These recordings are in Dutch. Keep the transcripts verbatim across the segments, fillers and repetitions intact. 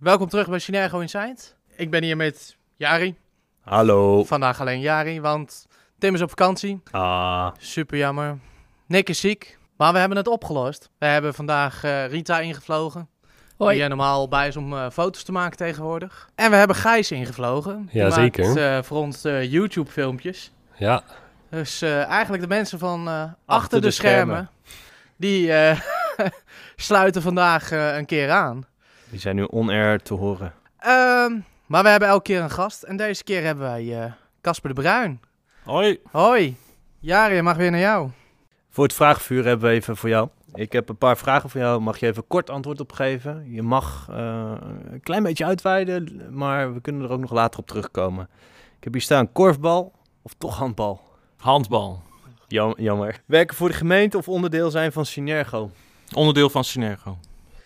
Welkom terug bij Synergo Insight. Ik ben hier met Jari. Hallo. Vandaag alleen Jari, want Tim is op vakantie. Ah. Super jammer. Nick is ziek, maar we hebben het opgelost. We hebben vandaag uh, Rita ingevlogen. Hoi. Die er normaal bij is om uh, foto's te maken tegenwoordig. En we hebben Gijs ingevlogen. Die ja, zeker. maakt uh, voor ons uh, YouTube filmpjes. Ja. Dus uh, eigenlijk de mensen van uh, achter, achter de, de schermen, schermen. die uh, sluiten vandaag uh, een keer aan. Die zijn nu on-air te horen. Uh, maar we hebben elke keer een gast. En deze keer hebben wij Casper uh, de Bruin. Hoi. Hoi. Jari, mag weer naar jou. Voor het vragenvuur hebben we even voor jou. Ik heb een paar vragen voor jou. Mag je even kort antwoord op geven? Je mag uh, een klein beetje uitweiden, maar we kunnen er ook nog later op terugkomen. Ik heb hier staan korfbal of toch handbal? Handbal. Jam, jammer. Werken voor de gemeente of onderdeel zijn van Synergo? Onderdeel van Synergo.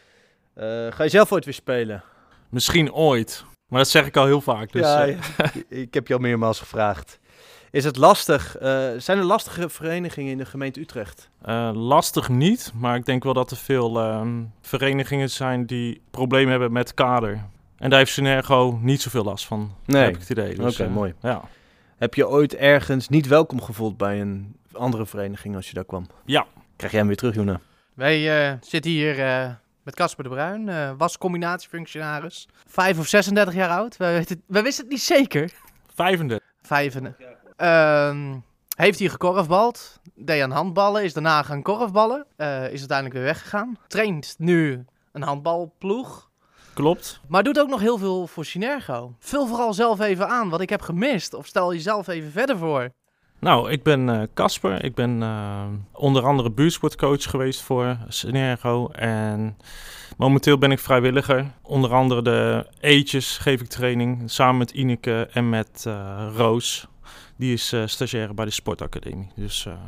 Uh, ga je zelf ooit weer spelen? Misschien ooit. Maar dat zeg ik al heel vaak. Dus, ja, uh... ik, ik heb je al meermaals gevraagd. Is het lastig? Uh, zijn er lastige verenigingen in de gemeente Utrecht? Uh, lastig niet, maar ik denk wel dat er veel uh, verenigingen zijn die problemen hebben met kader. En daar heeft Synergo niet zoveel last van, nee. heb ik het idee. Dus, Oké, okay, uh, mooi. Ja. Heb je ooit ergens niet welkom gevoeld bij een andere vereniging als je daar kwam? Ja. Krijg jij hem weer terug, Joena? Wij uh, zitten hier uh, met Casper de Bruin, uh, was combinatiefunctionaris. Vijf of zesendertig jaar oud, wij, weten, wij wisten het niet zeker. vijfendertig. Vijfendertig. Uh, heeft hij gekorfbald, deed aan handballen, is daarna gaan korfballen, uh, is uiteindelijk weer weggegaan. Traint nu een handbalploeg. Klopt. Maar doet ook nog heel veel voor Synergo. Vul vooral zelf even aan wat ik heb gemist, of stel jezelf even verder voor. Nou, ik ben Casper. Uh, ik ben uh, onder andere buurtsportcoach geweest voor Synergo. En momenteel ben ik vrijwilliger. Onder andere de eetjes geef ik training samen met Ineke en met uh, Roos. Die is uh, stagiaire bij de sportacademie. Dus, uh,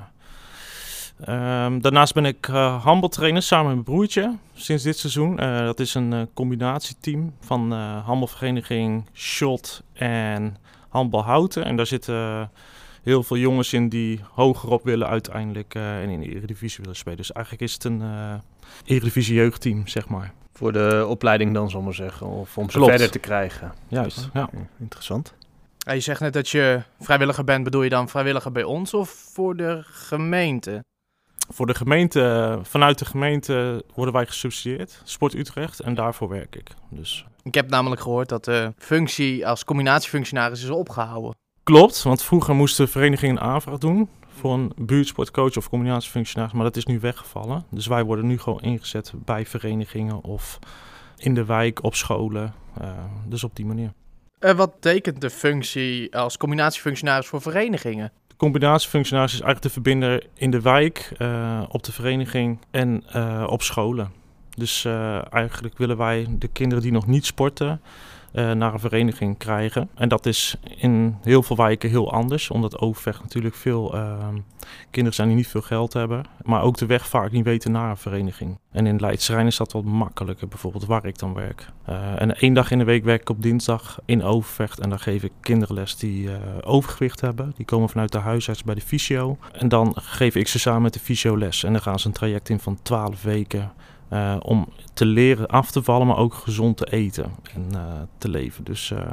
um, daarnaast ben ik uh, handbaltrainer samen met mijn broertje sinds dit seizoen. Uh, dat is een uh, combinatieteam van uh, handbalvereniging Schot en Handbal Houten. En daar zitten uh, heel veel jongens in die hogerop willen uiteindelijk uh, en in de Eredivisie willen spelen. Dus eigenlijk is het een uh, Eredivisie jeugdteam, zeg maar. Voor de opleiding dan, zal ik maar zeggen. Of om ze Klopt. verder te krijgen. Juist, ja. ja. Interessant. Ja, je zegt net dat je vrijwilliger bent. Bedoel je dan vrijwilliger bij ons of voor de gemeente? Voor de gemeente, vanuit de gemeente worden wij gesubsidieerd. Sport Utrecht. En daarvoor werk ik. Dus. Ik heb namelijk gehoord dat de functie als combinatiefunctionaris is opgehouden. Klopt, want vroeger moest de vereniging een aanvraag doen voor een buurtsportcoach of combinatiefunctionaris, maar dat is nu weggevallen. Dus wij worden nu gewoon ingezet bij verenigingen of in de wijk, op scholen. Uh, dus op die manier. Uh, wat betekent de functie als combinatiefunctionaris voor verenigingen? De combinatiefunctionaris is eigenlijk de verbinder in de wijk, uh, op de vereniging en uh, op scholen. Dus uh, eigenlijk willen wij de kinderen die nog niet sporten Uh, naar een vereniging krijgen. En dat is in heel veel wijken heel anders, omdat Overvecht natuurlijk veel uh, kinderen zijn die niet veel geld hebben, maar ook de weg vaak niet weten naar een vereniging. En in Leidse Rijn is dat wat makkelijker, bijvoorbeeld waar ik dan werk. Uh, en één dag in de week werk ik op dinsdag in Overvecht en daar geef ik kinderles die uh, overgewicht hebben. Die komen vanuit de huisarts bij de fysio. En dan geef ik ze samen met de fysio les. En dan gaan ze een traject in van twaalf weken Uh, om te leren af te vallen, maar ook gezond te eten en uh, te leven. Dus, uh,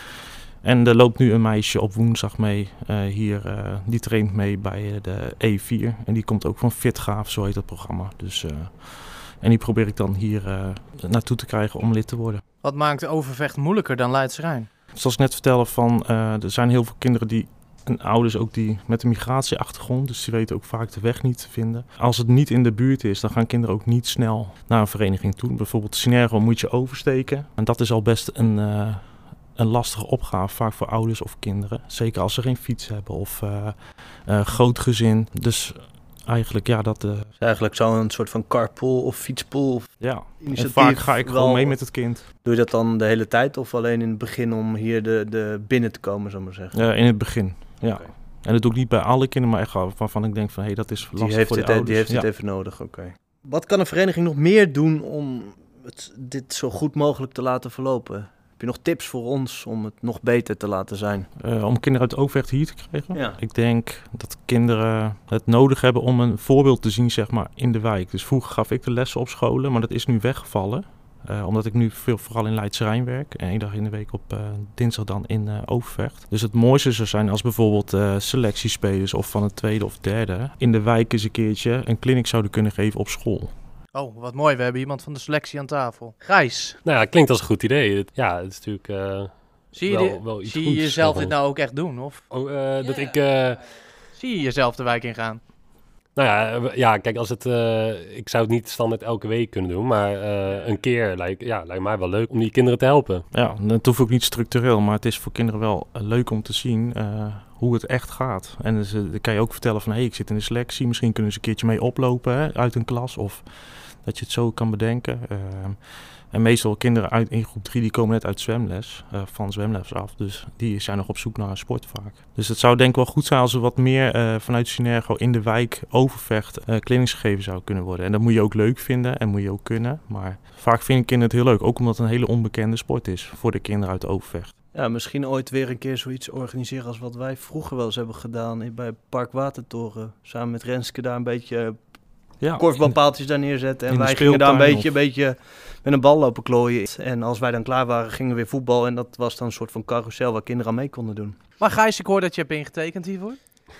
en er loopt nu een meisje op woensdag mee, uh, hier, uh, die traint mee bij de E vier. En die komt ook van FitGaaf, zo heet dat programma. Dus, uh, en die probeer ik dan hier uh, naartoe te krijgen om lid te worden. Wat maakt Overvecht moeilijker dan Leidse Rijn? Zoals ik net vertelde, van, uh, er zijn heel veel kinderen die en ouders ook die met een migratieachtergrond, dus die weten ook vaak de weg niet te vinden. Als het niet in de buurt is, dan gaan kinderen ook niet snel naar een vereniging toe. Bijvoorbeeld Synergo moet je oversteken. En dat is al best een, uh, een lastige opgave, vaak voor ouders of kinderen. Zeker als ze geen fiets hebben of uh, uh, groot gezin. Dus eigenlijk, ja, dat... Uh, is eigenlijk zo'n soort van carpool of fietspool of ja, en vaak ga ik wel, gewoon mee met het kind. Doe je dat dan de hele tijd of alleen in het begin om hier de, de binnen te komen, zou ik maar zeggen? Uh, in het begin. Ja, okay. En dat doe ik niet bij alle kinderen, maar echt waarvan ik denk van, hé, hey, dat is lastig die heeft voor de het, ouders. Die heeft ja. het even nodig, oké. Okay. Wat kan een vereniging nog meer doen om het, dit zo goed mogelijk te laten verlopen? Heb je nog tips voor ons om het nog beter te laten zijn? Uh, om kinderen uit Overvecht hier te krijgen? Ja. Ik denk dat kinderen het nodig hebben om een voorbeeld te zien, zeg maar, in de wijk. Dus vroeger gaf ik de lessen op scholen, maar dat is nu weggevallen. Uh, omdat ik nu veel, vooral in Leidse Rijn werk. En één dag in de week op uh, dinsdag dan in uh, Overvecht. Dus het mooiste zou zijn als bijvoorbeeld uh, selectiespelers of van het tweede of derde in de wijk eens een keertje een clinic zouden kunnen geven op school. Oh, wat mooi. We hebben iemand van de selectie aan tafel. Gijs. Nou ja, klinkt als een goed idee. Ja, het is natuurlijk uh, zie je wel, dit, wel iets zie goeds. je jezelf dit nou ook echt doen? Of? Oh, uh, dat ja. ik... Uh, zie je jezelf de wijk ingaan? Nou ja, ja, kijk, als het, uh, ik zou het niet standaard elke week kunnen doen, maar uh, een keer lijkt, ja, lijkt mij wel leuk om die kinderen te helpen. Ja, dat hoeft ook niet structureel, maar het is voor kinderen wel uh, leuk om te zien uh, hoe het echt gaat. En dus, uh, dan kan je ook vertellen van, hé, hey, ik zit in de selectie, misschien kunnen ze een keertje mee oplopen hè, uit een klas, of dat je het zo kan bedenken. Uh, en meestal kinderen uit, in groep drie, die komen net uit zwemles, uh, van zwemles af. Dus die zijn nog op zoek naar een sport vaak. Dus het zou denk ik wel goed zijn als er wat meer uh, vanuit Synergo in de wijk Overvecht uh, clinics gegeven zou kunnen worden. En dat moet je ook leuk vinden en moet je ook kunnen. Maar vaak vinden kinderen het heel leuk, ook omdat het een hele onbekende sport is voor de kinderen uit Overvecht. Ja, misschien ooit weer een keer zoiets organiseren als wat wij vroeger wel eens hebben gedaan bij Park Watertoren. Samen met Renske daar een beetje... Ja, korfbalpaaltjes daar neerzetten en wij gingen daar een beetje, een beetje met een bal lopen klooien. En als wij dan klaar waren, gingen we weer voetbal en dat was dan een soort van carousel waar kinderen aan mee konden doen. Maar Gijs, ik hoor dat je hebt ingetekend hiervoor.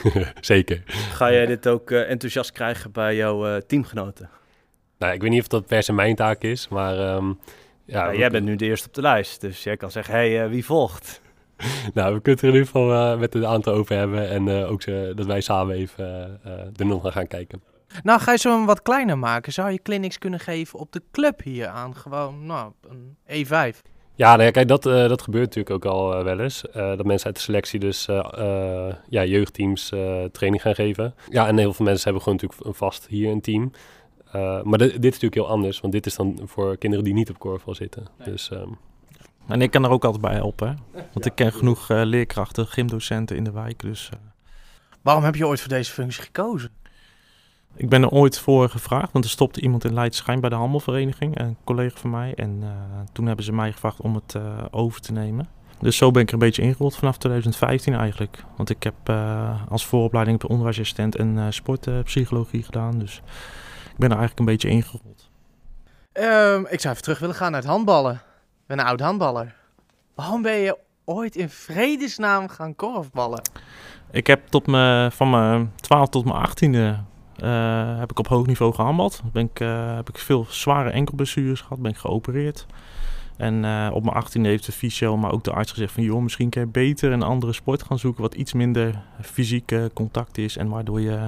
Zeker. Ga jij dit ook uh, enthousiast krijgen bij jouw uh, teamgenoten? Nou, ik weet niet of dat per se mijn taak is, maar... Um, ja, nou, jij bent nu de eerste op de lijst, dus jij kan zeggen, hé, hey, uh, wie volgt? Nou, we kunnen het er in ieder geval uh, met een aantal over hebben en uh, ook uh, dat wij samen even uh, er nog naar gaan kijken. Nou, ga je zo hem wat kleiner maken? Zou je clinics kunnen geven op de club hier aan? Gewoon, nou, een E vijf. Ja, nou ja, kijk, dat, uh, dat gebeurt natuurlijk ook al uh, wel eens. Uh, dat mensen uit de selectie dus uh, uh, ja, jeugdteams uh, training gaan geven. Ja, en heel veel mensen hebben gewoon natuurlijk een vast hier een team. Uh, maar dit, dit is natuurlijk heel anders, want dit is dan voor kinderen die niet op korfbal zitten. Nee. Dus, um... En ik kan er ook altijd bij helpen, hè? Want ik ken genoeg uh, leerkrachten, gymdocenten in de wijk. Dus, uh... Waarom heb je ooit voor deze functie gekozen? Ik ben er ooit voor gevraagd, want er stopte iemand in Leidse Rijn bij de handelvereniging, een collega van mij. En uh, toen hebben ze mij gevraagd om het uh, over te nemen. Dus zo ben ik er een beetje ingerold vanaf twintig vijftien eigenlijk. Want ik heb uh, als vooropleiding per onderwijsassistent en uh, sportpsychologie uh, gedaan. Dus ik ben er eigenlijk een beetje ingerold. Um, ik zou even terug willen gaan naar het handballen. Ik ben een oud handballer. Waarom ben je ooit in vredesnaam gaan korfballen? Ik heb tot me, van mijn twaalf tot mijn achttiende uh, heb ik op hoog niveau gehandbald. Ben ik, uh, heb ik veel zware enkelblessures gehad, ben ik geopereerd. En uh, op mijn achttiende heeft de fysio, maar ook de arts gezegd van... joh, misschien kan je beter een andere sport gaan zoeken... wat iets minder fysiek uh, contact is... en waardoor je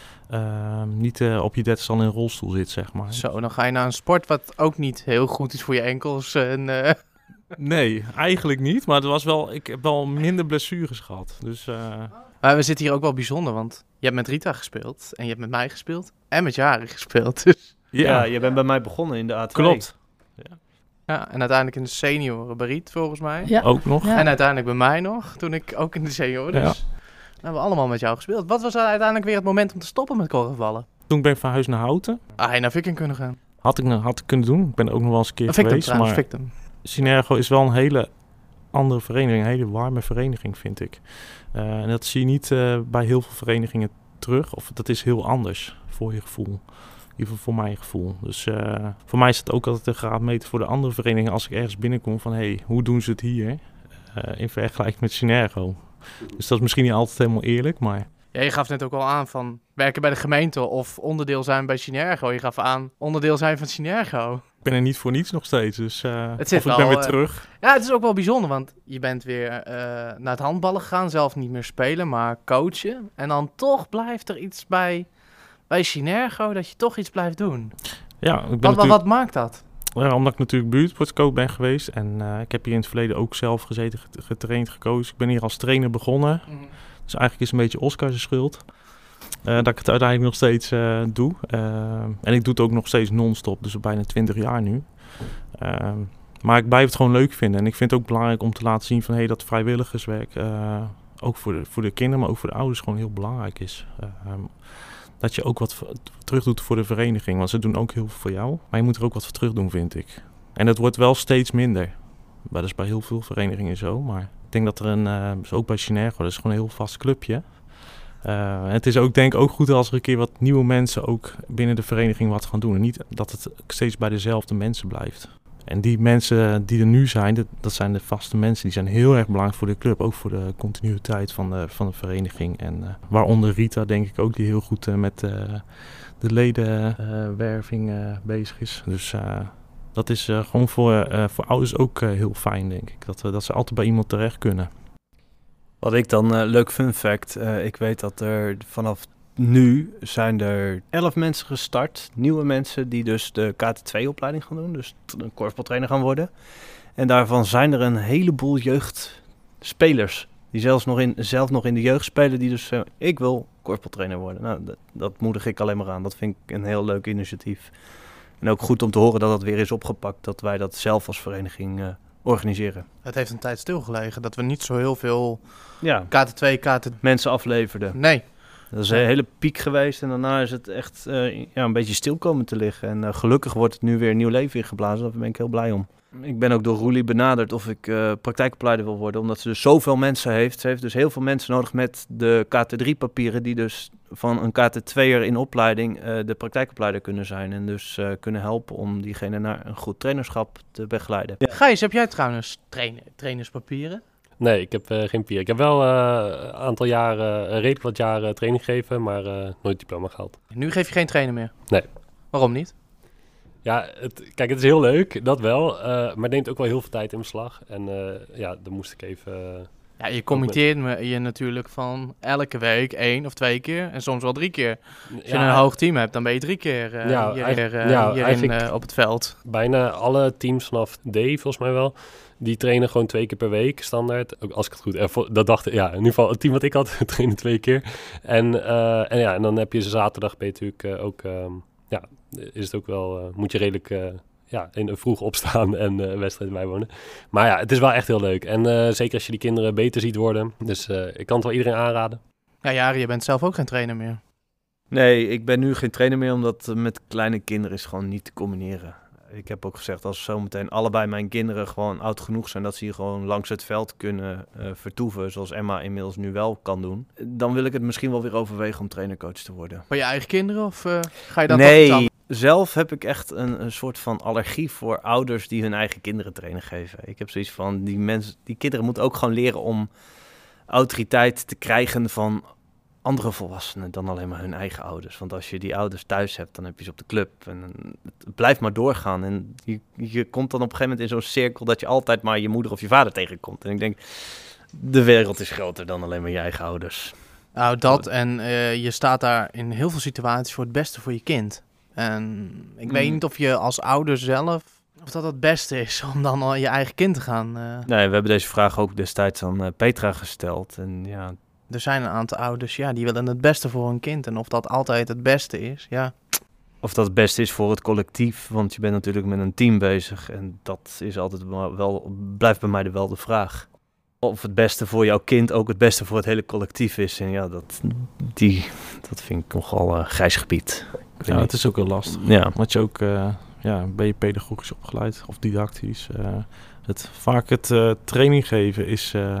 uh, niet uh, op je dertigste al in een rolstoel zit, zeg maar. Zo, dan ga je naar een sport wat ook niet heel goed is voor je enkels. En, uh... Nee, eigenlijk niet. Maar het was wel, ik heb wel minder blessures gehad. Dus, uh... Maar we zitten hier ook wel bijzonder, want je hebt met Rita gespeeld... en je hebt met mij gespeeld en met Jari gespeeld. Dus... Ja, ja, je bent bij mij begonnen in de A twee. Klopt. Ja. Ja, en uiteindelijk in de senioren bij Riet, volgens mij. Ja. Ook nog. Ja. En uiteindelijk bij mij nog, toen ik ook in de senioren. Dus ja. We hebben allemaal met jou gespeeld. Wat was uiteindelijk weer het moment om te stoppen met korfballen? Toen ben ik van huis naar Houten. Ah, je naar Vickum kunnen gaan. Had ik, had ik kunnen doen. Ik ben er ook nog wel eens een keer Victum, geweest. Trouwens, maar Victum. Synergo is wel een hele andere vereniging. Een hele warme vereniging, vind ik. Uh, en dat zie je niet uh, bij heel veel verenigingen terug. Of dat is heel anders voor je gevoel. In ieder geval voor mijn gevoel. Dus uh, voor mij is het ook altijd een graadmeter voor de andere verenigingen als ik ergens binnenkom van hé, hey, hoe doen ze het hier uh, in vergelijking met Synergo. Dus dat is misschien niet altijd helemaal eerlijk, maar... Ja, je gaf net ook al aan van werken bij de gemeente of onderdeel zijn bij Synergo. Je gaf aan onderdeel zijn van Synergo. Ik ben er niet voor niets nog steeds, dus uh, het zit of wel, ik ben weer uh, terug. Ja, het is ook wel bijzonder, want je bent weer uh, naar het handballen gegaan. Zelf niet meer spelen, maar coachen. En dan toch blijft er iets bij... bij Synergo, dat je toch iets blijft doen. Ja, ik ben wat, natuurlijk... wat maakt dat? Ja, omdat ik natuurlijk buurtsportcoach ben geweest. En uh, ik heb hier in het verleden ook zelf gezeten, getraind, gecoacht. Ik ben hier als trainer begonnen. Mm-hmm. Dus eigenlijk is het een beetje Oscar's schuld. Uh, dat ik het uiteindelijk nog steeds uh, doe. Uh, en ik doe het ook nog steeds non-stop, dus bijna twintig jaar nu. Uh, maar ik blijf het gewoon leuk vinden. En ik vind het ook belangrijk om te laten zien van... hey, dat vrijwilligerswerk, uh, ook voor de, voor de kinderen, maar ook voor de ouders... gewoon heel belangrijk is. Uh, um, Dat je ook wat v- terug doet voor de vereniging. Want ze doen ook heel veel voor jou. Maar je moet er ook wat voor terug doen, vind ik. En het wordt wel steeds minder. Maar dat is bij heel veel verenigingen zo. Maar ik denk dat er een... Uh, dus ook bij Synergo, dat is gewoon een heel vast clubje. Uh, het is ook denk ik ook goed als er een keer wat nieuwe mensen... ook binnen de vereniging wat gaan doen. En niet dat het steeds bij dezelfde mensen blijft. En die mensen die er nu zijn, dat, dat zijn de vaste mensen. Die zijn heel erg belangrijk voor de club. Ook voor de continuïteit van de, van de vereniging. En uh, waaronder Rita, denk ik ook, die heel goed uh, met uh, de ledenwerving uh, uh, bezig is. Dus uh, dat is uh, gewoon voor, uh, voor ouders ook uh, heel fijn, denk ik. Dat, uh, dat ze altijd bij iemand terecht kunnen. Wat ik dan, uh, leuk fun fact, uh, ik weet dat er vanaf nu zijn er elf mensen gestart, nieuwe mensen die dus de K T twee opleiding gaan doen, dus een korfbaltrainer gaan worden. En daarvan zijn er een heleboel jeugdspelers die zelfs nog in, zelf nog in de jeugd spelen, die dus, uh, ik wil korfbaltrainer worden. Nou, dat, dat moedig ik alleen maar aan. Dat vind ik een heel leuk initiatief. En ook goed om te horen dat dat weer is opgepakt, dat wij dat zelf als vereniging uh, organiseren. Het heeft een tijd stilgelegen dat we niet zo heel veel ja. K T twee, K T... mensen afleverden. Nee. Dat is een hele piek geweest en daarna is het echt uh, ja, een beetje stil komen te liggen. En uh, gelukkig wordt het nu weer nieuw leven ingeblazen, daar ben ik heel blij om. Ik ben ook door Roelie benaderd of ik uh, praktijkopleider wil worden, omdat ze dus zoveel mensen heeft. Ze heeft dus heel veel mensen nodig met de K T drie papieren die dus van een K T tweeër in opleiding uh, de praktijkopleider kunnen zijn. En dus uh, kunnen helpen om diegene naar een goed trainerschap te begeleiden. Ja. Gijs, heb jij trouwens trainer, trainerspapieren? Nee, ik heb uh, geen papier. Ik heb wel uh, een aantal jaren, uh, redelijk wat jaren training gegeven, maar uh, nooit diploma gehaald. Nu geef je geen trainer meer? Nee. Waarom niet? Ja, het, kijk, het is heel leuk, dat wel. Uh, maar het neemt ook wel heel veel tijd in beslag. En uh, ja, dan moest ik even... Uh, ja, je committeert me je natuurlijk van elke week één of twee keer en soms wel drie keer. Als je ja, een hoog team hebt, dan ben je drie keer uh, ja, hier, uh, ja, hierin uh, op het veld. Bijna alle teams vanaf D, volgens mij wel, die trainen gewoon twee keer per week, standaard. Ook als ik het goed heb, dat dacht ik, ja, in ieder geval het team wat ik had, trainen twee keer. En, uh, en ja, en dan heb je zaterdag, ben je natuurlijk uh, ook, um, ja, is het ook wel, uh, moet je redelijk... Uh, ja, in vroeg opstaan en uh, wedstrijden bijwonen. Maar ja, het is wel echt heel leuk. En uh, zeker als je die kinderen beter ziet worden. Dus uh, ik kan het wel iedereen aanraden. Ja, Jari, je bent zelf ook geen trainer meer. Nee, ik ben nu geen trainer meer, omdat uh, met kleine kinderen is gewoon niet te combineren. Ik heb ook gezegd, als zometeen allebei mijn kinderen gewoon oud genoeg zijn, dat ze hier gewoon langs het veld kunnen uh, vertoeven, zoals Emma inmiddels nu wel kan doen, dan wil ik het misschien wel weer overwegen om trainercoach te worden. Voor je eigen kinderen of uh, ga je dat nee, nog zelf heb ik echt een, een soort van allergie voor ouders die hun eigen kinderen training geven. Ik heb zoiets van, die, mensen, die kinderen moeten ook gewoon leren om autoriteit te krijgen van andere volwassenen dan alleen maar hun eigen ouders. Want als je die ouders thuis hebt, dan heb je ze op de club. En het blijft maar doorgaan. En je, je komt dan op een gegeven moment in zo'n cirkel dat je altijd maar je moeder of je vader tegenkomt. En ik denk, de wereld is groter dan alleen maar je eigen ouders. Nou, dat en uh, je staat daar in heel veel situaties voor het beste voor je kind. En ik mm. weet niet of je als ouder zelf, of dat het beste is om dan al je eigen kind te gaan... Uh... Nee, we hebben deze vraag ook destijds aan uh, Petra gesteld. En ja... Er zijn een aantal ouders, ja, die willen het beste voor hun kind. En of dat altijd het beste is, ja. Of dat het beste is voor het collectief, want je bent natuurlijk met een team bezig. En dat is altijd wel, blijft bij mij wel de vraag. Of het beste voor jouw kind ook het beste voor het hele collectief is. En ja, dat, die, dat vind ik nogal uh, grijs gebied. Ja, het is ook heel lastig. Ja. Want je ook, uh, ja, ben je pedagogisch opgeleid of didactisch. Uh, het, vaak het uh, training geven is... Uh,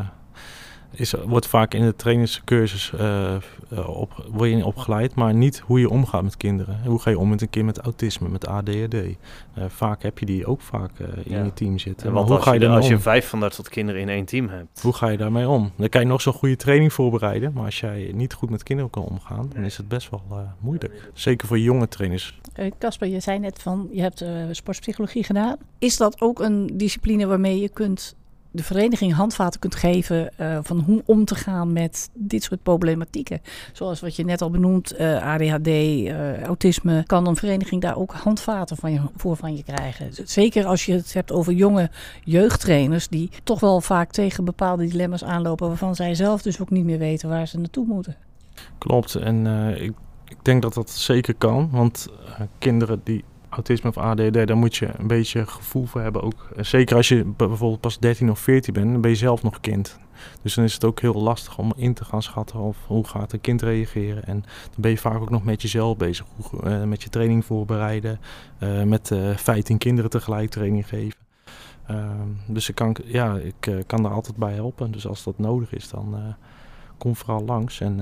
Is, wordt vaak in de trainingscursus uh, uh, op, word je opgeleid, maar niet hoe je omgaat met kinderen. Hoe ga je om met een kind met autisme, met A D H D? Uh, vaak heb je die ook vaak uh, in ja. je team zitten. Ja, want hoe als, ga je, je als je vijf van dat soort kinderen in één team hebt. Hoe ga je daarmee om? Dan kan je nog zo'n goede training voorbereiden, maar als jij niet goed met kinderen kan omgaan, dan is het best wel uh, moeilijk. Zeker voor jonge trainers. Casper, uh, je zei net van, je hebt uh, sportpsychologie gedaan. Is dat ook een discipline waarmee je kunt... de vereniging handvaten kunt geven uh, van hoe om te gaan met dit soort problematieken. Zoals wat je net al benoemt, uh, A D H D, uh, autisme. Kan een vereniging daar ook handvaten van je, voor van je krijgen? Zeker als je het hebt over jonge jeugdtrainers die toch wel vaak tegen bepaalde dilemma's aanlopen waarvan zij zelf dus ook niet meer weten waar ze naartoe moeten. Klopt. En uh, ik, ik denk dat dat zeker kan. Want uh, kinderen die... autisme of A D H D, daar moet je een beetje gevoel voor hebben ook. Zeker als je bijvoorbeeld pas dertien of veertien bent, dan ben je zelf nog kind. Dus dan is het ook heel lastig om in te gaan schatten of hoe gaat een kind reageren. En dan ben je vaak ook nog met jezelf bezig. Uh, met je training voorbereiden, uh, met uh, vijftien kinderen tegelijk training geven. Uh, dus ik kan, ja, ik uh, kan daar altijd bij helpen. Dus als dat nodig is, dan uh, kom vooral langs. En uh,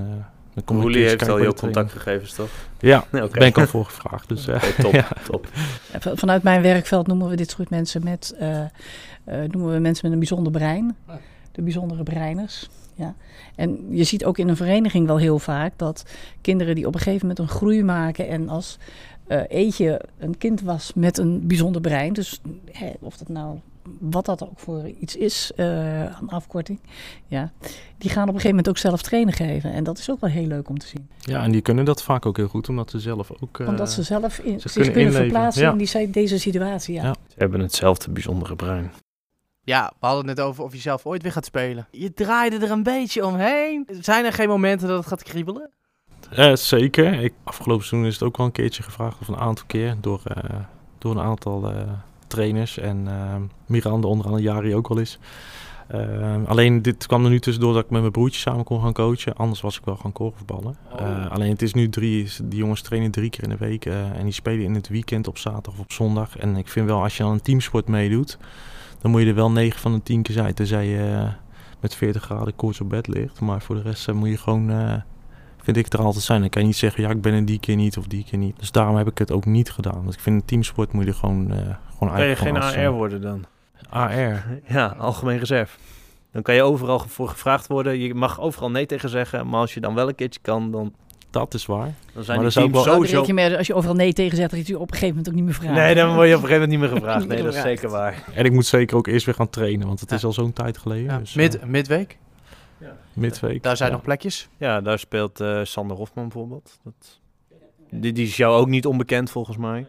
Dan kom ik Roelie een heeft keertje al kijken je bij de training. contactgegevens, toch? Ja, Nee, daar oké. ben ik al voor gevraagd. Dus, uh, Okay, top, ja. top. Van- Vanuit mijn werkveld noemen we dit soort mensen met, uh, uh, noemen we mensen met een bijzonder brein. De bijzondere breiners. Ja. En je ziet ook in een vereniging wel heel vaak dat kinderen die op een gegeven moment een groei maken en als uh, eetje een kind was met een bijzonder brein, dus hè, of dat nou wat dat ook voor iets is, uh, aan afkorting, ja, die gaan op een gegeven moment ook zelf trainen geven. En dat is ook wel heel leuk om te zien. Ja, en die kunnen dat vaak ook heel goed, omdat ze zelf ook... Uh, Omdat ze zelf in, zich zich kunnen kunnen, inleven. verplaatsen Ja. in die, deze situatie. Ja. Ja. Ze hebben hetzelfde bijzondere brein. Ja, we hadden het net over of je zelf ooit weer gaat spelen. Je draaide er een beetje omheen. Zijn er geen momenten dat het gaat kriebelen? Uh, zeker. Ik, afgelopen seizoen is het ook wel een keertje gevraagd, of een aantal keer, door, uh, door een aantal uh, trainers. En uh, Miranda onder andere, Jari ook wel eens. Uh, alleen dit kwam er nu tussendoor dat ik met mijn broertje samen kon gaan coachen. Anders was ik wel gaan korfballen. Uh, oh. Alleen het is nu drie, die jongens trainen drie keer in de week. Uh, en die spelen in het weekend op zaterdag of op zondag. En ik vind wel, als je aan een teamsport meedoet, dan moet je er wel negen van de tien keer zijn. Tenzij je uh, met veertig graden koorts op bed ligt. Maar voor de rest uh, moet je gewoon, uh, vind ik, er altijd zijn. Dan kan je niet zeggen, ja, ik ben er die keer niet of die keer niet. Dus daarom heb ik het ook niet gedaan. Want ik vind een teamsport moet je er gewoon, uh, gewoon Kan je eigenlijk geen gewoon A R afstaan. worden dan? A R? Ja, algemeen reserve. Dan kan je overal voor gevraagd worden. Je mag overal nee tegen zeggen. Maar als je dan wel een keertje kan, dan... Dat is waar. Dan zijn Maar die dat teams zou sowieso... Je meer, als je overal nee tegen zegt, dat je op een gegeven moment ook niet meer vraagt. Nee, dan word je op een gegeven moment niet meer gevraagd. Niet meer Nee, dat is gevraagd. zeker waar. En ik moet zeker ook eerst weer gaan trainen, want het Ja. is al zo'n tijd geleden. Ja, Dus, mid, uh, midweek, midweek. daar zijn ja. nog plekjes. Ja, daar speelt uh, Sander Hofman bijvoorbeeld. Dat... Die, die is jou ook niet onbekend volgens mij.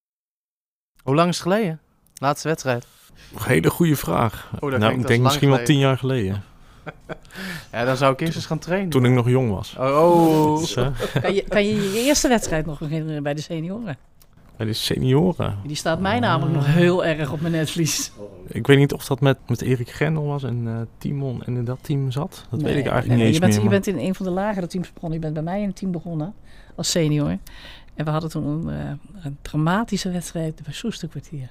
Hoe lang is het geleden? Laatste wedstrijd. Hele goede vraag. Oh, dat nou, klinkt ik als denk lang misschien wel geleden. tien jaar geleden. Ja, dan zou ik eerst eens gaan trainen. Toen ik nog jong was. Oh, Dus, uh, Kan je, kan je je eerste wedstrijd nog herinneren bij de senioren? bij de senioren. Die staat mij namelijk nog heel erg op mijn netvlies. Ik weet niet of dat met, met Erik Grendel was en uh, Timon en in dat team zat. Dat weet ik eigenlijk nee, niet eens je bent, meer. Je maar- bent in een van de lagere teams begonnen. Je bent bij mij in een team begonnen als senior. En we hadden toen een, uh, een dramatische wedstrijd bij Soesterkwartier.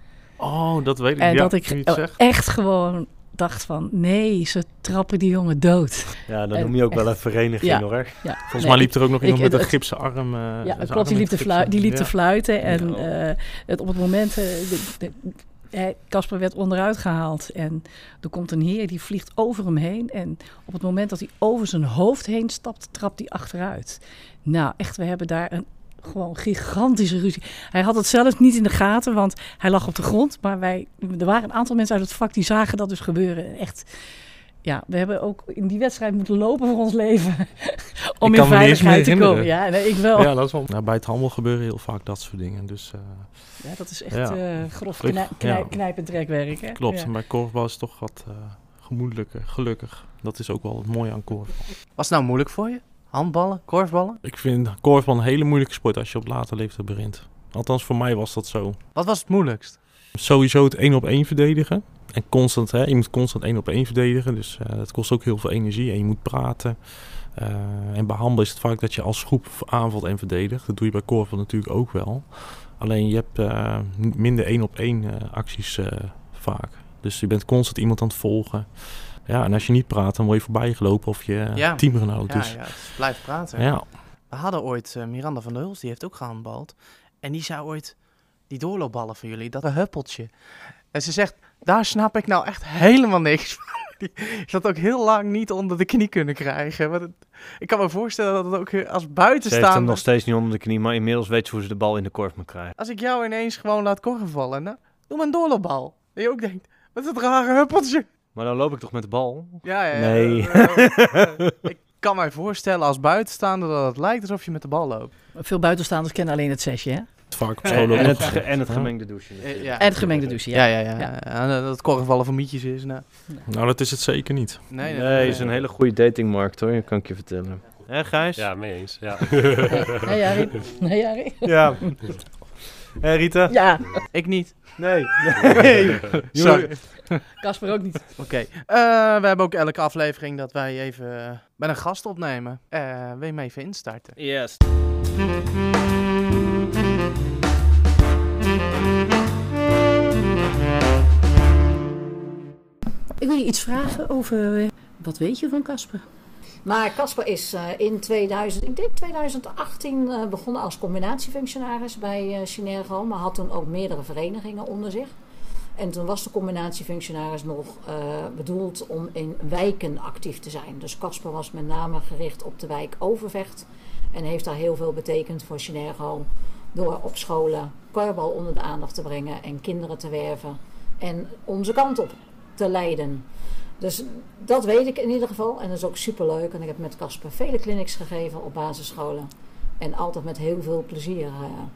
Oh, dat weet ik. En ja, dat ik nu je het uh, zegt. echt gewoon dacht van... Nee, ze trappen die jongen dood. Ja, dan En noem je ook wel echt- een vereniging Ja. hoor. Ja, Volgens nee, mij liep er ook nog ik- iemand met het- een gipsen arm. Uh, Ja, zijn klopt. arm Die liep, met te, gipsen. flu- die liep Ja. te fluiten. En Ja. uh, het, op het moment... Uh, de, de, hij- Casper werd onderuit gehaald. En er komt een heer, die vliegt over hem heen. En op het moment dat hij over zijn hoofd heen stapt, trapt hij achteruit. Nou, echt, we hebben daar een gewoon gigantische ruzie. Hij had het zelf niet in de gaten, want hij lag op de grond. Maar wij, er waren een aantal mensen uit het vak die zagen dat dus gebeuren. Echt... Ja, we hebben ook in die wedstrijd moeten lopen voor ons leven. Om Ik in kan me niet eens veiligheid te meer komen. herinneren. Ja, nee, ik wel. Ja, dat is wel. Nou, bij het handel gebeuren heel vaak dat soort dingen. Dus uh, Ja, dat is echt Ja. eh grof Geluk- knij, knij, ja. knijpend trekwerk. Hè? klopt. Ja. En bij korfbal is het toch wat uh, gemoedelijker, gelukkig. Dat is ook wel het mooie aan korfbal. was het nou moeilijk voor je? Handballen, korfballen? Ik vind korfbal een hele moeilijke sport als je op later leeftijd begint. Althans, voor mij was dat zo. Wat was het moeilijkst? Sowieso het één op één verdedigen. En constant, hè, je moet constant één op één verdedigen. Dus uh, dat kost ook heel veel energie. En je moet praten. Uh, en bij handbal is het vaak dat je als groep aanvalt en verdedigt. Dat doe je bij korfbal natuurlijk ook wel. Alleen je hebt uh, minder één op één uh, acties uh, vaak. Dus je bent constant iemand aan het volgen. Ja, en als je niet praat, dan word je voorbij gelopen of je Ja. teamgenoot. Ja, Dus ja, het blijft praten. ja. We hadden ooit uh, Miranda van der Hulst, die heeft ook gehandbald. En die zei ooit, die doorloopballen van jullie, dat een huppeltje. En ze zegt, daar snap ik nou echt helemaal niks van. Die had ook heel lang niet onder de knie kunnen krijgen. Want het, ik kan me voorstellen dat het ook als Ze heeft hem buitenstaander... nog steeds niet onder de knie, maar inmiddels weet ze hoe ze de bal in de korf moet krijgen. Als ik jou ineens gewoon laat korfballen, nou, doe maar een doorloopbal. Dat je ook denkt, wat is dat rare huppeltje. Maar dan loop ik toch met de bal? Ja, ja, ja. Nee. Uh, uh, ik kan mij voorstellen als buitenstaander dat het lijkt alsof je met de bal loopt. Veel buitenstaanders kennen alleen het zesje, hè? Vaak op En, school ook en, nog. het, ge- en het Ja. gemengde douchen. Uh, natuurlijk. ja. En het gemengde douchen, ja. Ja, ja, ja. Ja. ja. ja dat korfballen van mietjes is, nou... Nou, dat is het zeker niet. Nee, Nee, het is een hele goede datingmarkt hoor, dat kan ik je vertellen. Hé Gijs? Ja, mee eens. Ja. Nee, Jari? Nee, Jari? Ja. Hé Rita? Ja, Ik niet. Nee. nee. Sorry. Casper ook niet. Oké. Eh, we hebben ook elke aflevering dat wij even uh, met een gast opnemen. Uh, wil je me even instarten? Yes. Ik wil je iets vragen over... uh, wat weet je van Casper? Maar Casper is uh, in tweeduizend, ik denk tweeduizend achttien uh, begonnen als combinatiefunctionaris bij uh, Synergo. Maar had toen ook meerdere verenigingen onder zich. En toen was de combinatiefunctionaris nog uh, bedoeld om in wijken actief te zijn. Dus Casper was met name gericht op de wijk Overvecht. En heeft daar heel veel betekend voor Synergo. Door op scholen korfbal onder de aandacht te brengen en kinderen te werven. En onze kant op te leiden. Dus dat weet ik in ieder geval. En dat is ook superleuk. En ik heb met Casper vele clinics gegeven op basisscholen. En altijd met heel veel plezier.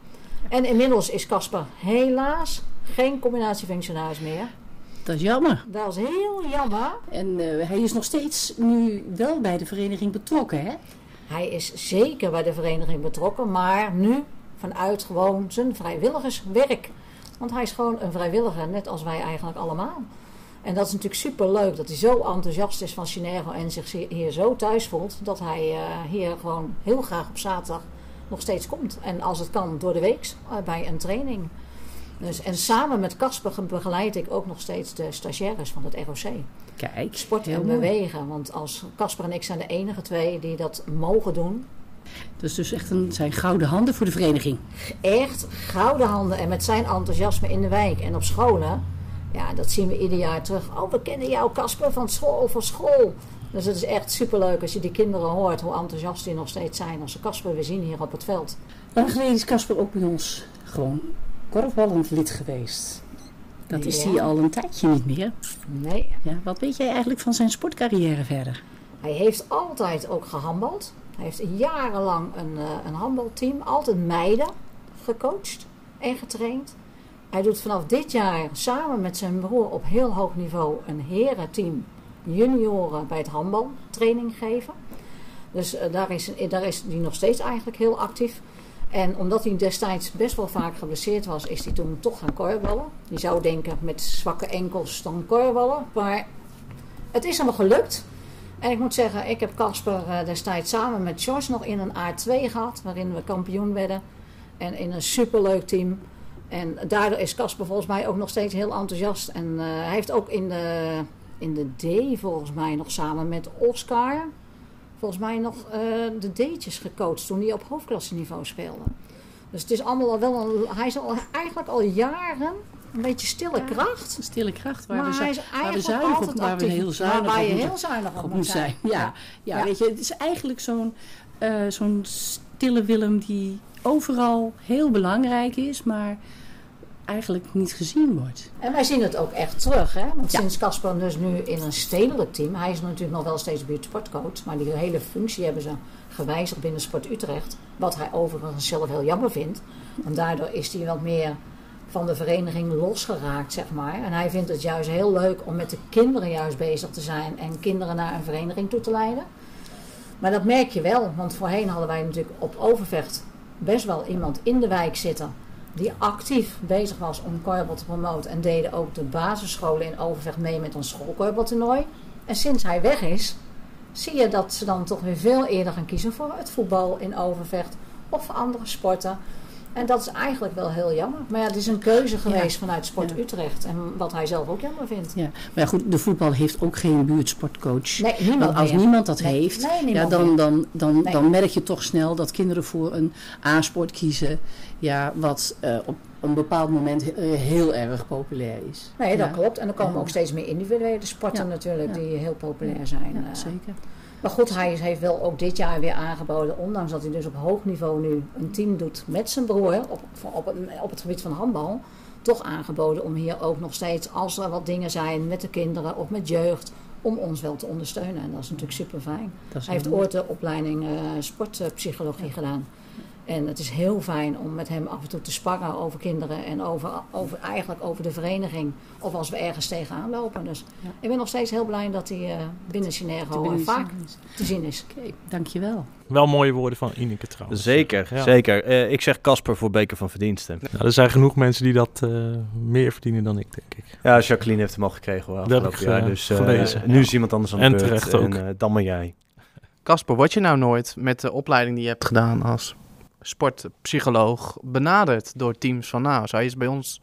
En inmiddels is Casper helaas geen combinatiefunctionaris meer. Dat is jammer. Dat is heel jammer. En uh, hij is nog steeds nu wel bij de vereniging betrokken, hè? Hij is zeker bij de vereniging betrokken. Maar nu vanuit gewoon zijn vrijwilligerswerk. Want hij is gewoon een vrijwilliger. Net als wij eigenlijk allemaal. En dat is natuurlijk superleuk dat hij zo enthousiast is van Synergo en zich hier zo thuis voelt. Dat hij uh, hier gewoon heel graag op zaterdag nog steeds komt. En als het kan door de week uh, bij een training. Dus, en samen met Casper begeleid ik ook nog steeds de stagiaires van het R O C. Kijk, sport en bewegen. Want als Casper en ik zijn de enige twee die dat mogen doen. Dus dus echt een, zijn gouden handen voor de vereniging. Echt gouden handen. En met zijn enthousiasme in de wijk en op scholen. Ja, dat zien we ieder jaar terug. Oh, we kennen jou, Casper, van school, van school. Dus het is echt superleuk als je die kinderen hoort, hoe enthousiast die nog steeds zijn. Als ze Casper weer zien hier op het veld. Lang geleden is Casper ook bij ons gewoon korfballend lid geweest. Dat is ja. hij al een tijdje niet meer. Nee. Ja, wat weet jij eigenlijk van zijn sportcarrière verder? Hij heeft altijd ook gehandbald. Hij heeft jarenlang een, uh, een handbalteam, altijd meiden, gecoacht en getraind. Hij doet vanaf dit jaar samen met zijn broer op heel hoog niveau een herenteam junioren bij het handbal training geven. Dus uh, daar is daar is hij nog steeds eigenlijk heel actief. En omdat hij destijds best wel vaak geblesseerd was, is hij toen toch gaan korfballen. Je zou denken met zwakke enkels dan korfballen. Maar het is hem wel gelukt. En ik moet zeggen, ik heb Casper uh, destijds samen met George nog in een A twee gehad. Waarin we kampioen werden. En in een superleuk team. En daardoor is Casper volgens mij ook nog steeds heel enthousiast. En uh, hij heeft ook in de, in de D volgens mij nog samen met Oscar... volgens mij nog uh, de D'tjes gecoacht toen hij op hoofdklasseniveau speelde. Dus het is allemaal al wel een, hij is al, eigenlijk al jaren een beetje stille ja, kracht. Een stille kracht waar maar we, hij is waar we zuinig op, waar we heel zuinig waar op, je moeten, heel zuinig op, op moet zijn. zijn. Ja, ja. Ja, ja, weet je, het is eigenlijk zo'n, uh, zo'n stille Willem die overal heel belangrijk is, maar eigenlijk niet gezien wordt. En wij zien het ook echt terug, hè? Want ja. sinds Casper dus nu in een stedelijk team, hij is natuurlijk nog wel steeds buurtsportcoach, maar die hele functie hebben ze gewijzigd binnen Sport Utrecht, wat hij overigens zelf heel jammer vindt. En daardoor is hij wat meer van de vereniging losgeraakt, zeg maar. En hij vindt het juist heel leuk om met de kinderen juist bezig te zijn en kinderen naar een vereniging toe te leiden. Maar dat merk je wel, want voorheen hadden wij natuurlijk op Overvecht best wel iemand in de wijk zitten die actief bezig was om korfbal te promoten en deden ook de basisscholen in Overvecht mee met ons schoolkorfbaltoernooi. En sinds hij weg is, zie je dat ze dan toch weer veel eerder gaan kiezen voor het voetbal in Overvecht of voor andere sporten. En dat is eigenlijk wel heel jammer. Maar ja, het is een keuze geweest ja. vanuit Sport ja. Utrecht. En wat hij zelf ook jammer vindt. Ja. Maar ja, goed, de voetbal heeft ook geen buurtsportcoach. Nee, niemand als meer. niemand dat nee. heeft, nee, ja, dan, dan, dan, nee. dan merk je toch snel dat kinderen voor een A-sport kiezen. Ja, wat uh, op een bepaald moment he- heel erg populair is. Nee, dat ja. klopt. En er komen ja. ook steeds meer individuele sporten ja. natuurlijk die heel populair zijn. Ja, zeker. Maar goed, hij heeft wel ook dit jaar weer aangeboden, ondanks dat hij dus op hoog niveau nu een team doet met zijn broer op, op, het, op het gebied van handbal, toch aangeboden om hier ook nog steeds, als er wat dingen zijn met de kinderen of met jeugd, om ons wel te ondersteunen. En dat is natuurlijk super fijn. Hij heeft ooit de opleiding uh, sportpsychologie ja. gedaan. En het is heel fijn om met hem af en toe te sparren over kinderen en over, over, eigenlijk over de vereniging. Of als we ergens tegenaan lopen. Dus ja. ik ben nog steeds heel blij dat hij uh, binnen Synergo binnen vaak is. te zien is. Oké, okay, dankjewel. Wel mooie woorden van Ineke trouwens. Zeker, ja. zeker. Uh, ik zeg Casper voor Beker van Verdiensten. Nou, er zijn genoeg mensen die dat uh, meer verdienen dan ik, denk ik. Ja, Jacqueline heeft hem al gekregen. Wel, dat heb ik jaar, dus, uh, gelezen. Nu ja. is iemand anders aan de en beurt. Terecht ook. En uh, dan maar jij. Casper, word je nou nooit met de opleiding die je hebt gedaan als sportpsycholoog benaderd door teams van nou, zou je eens bij ons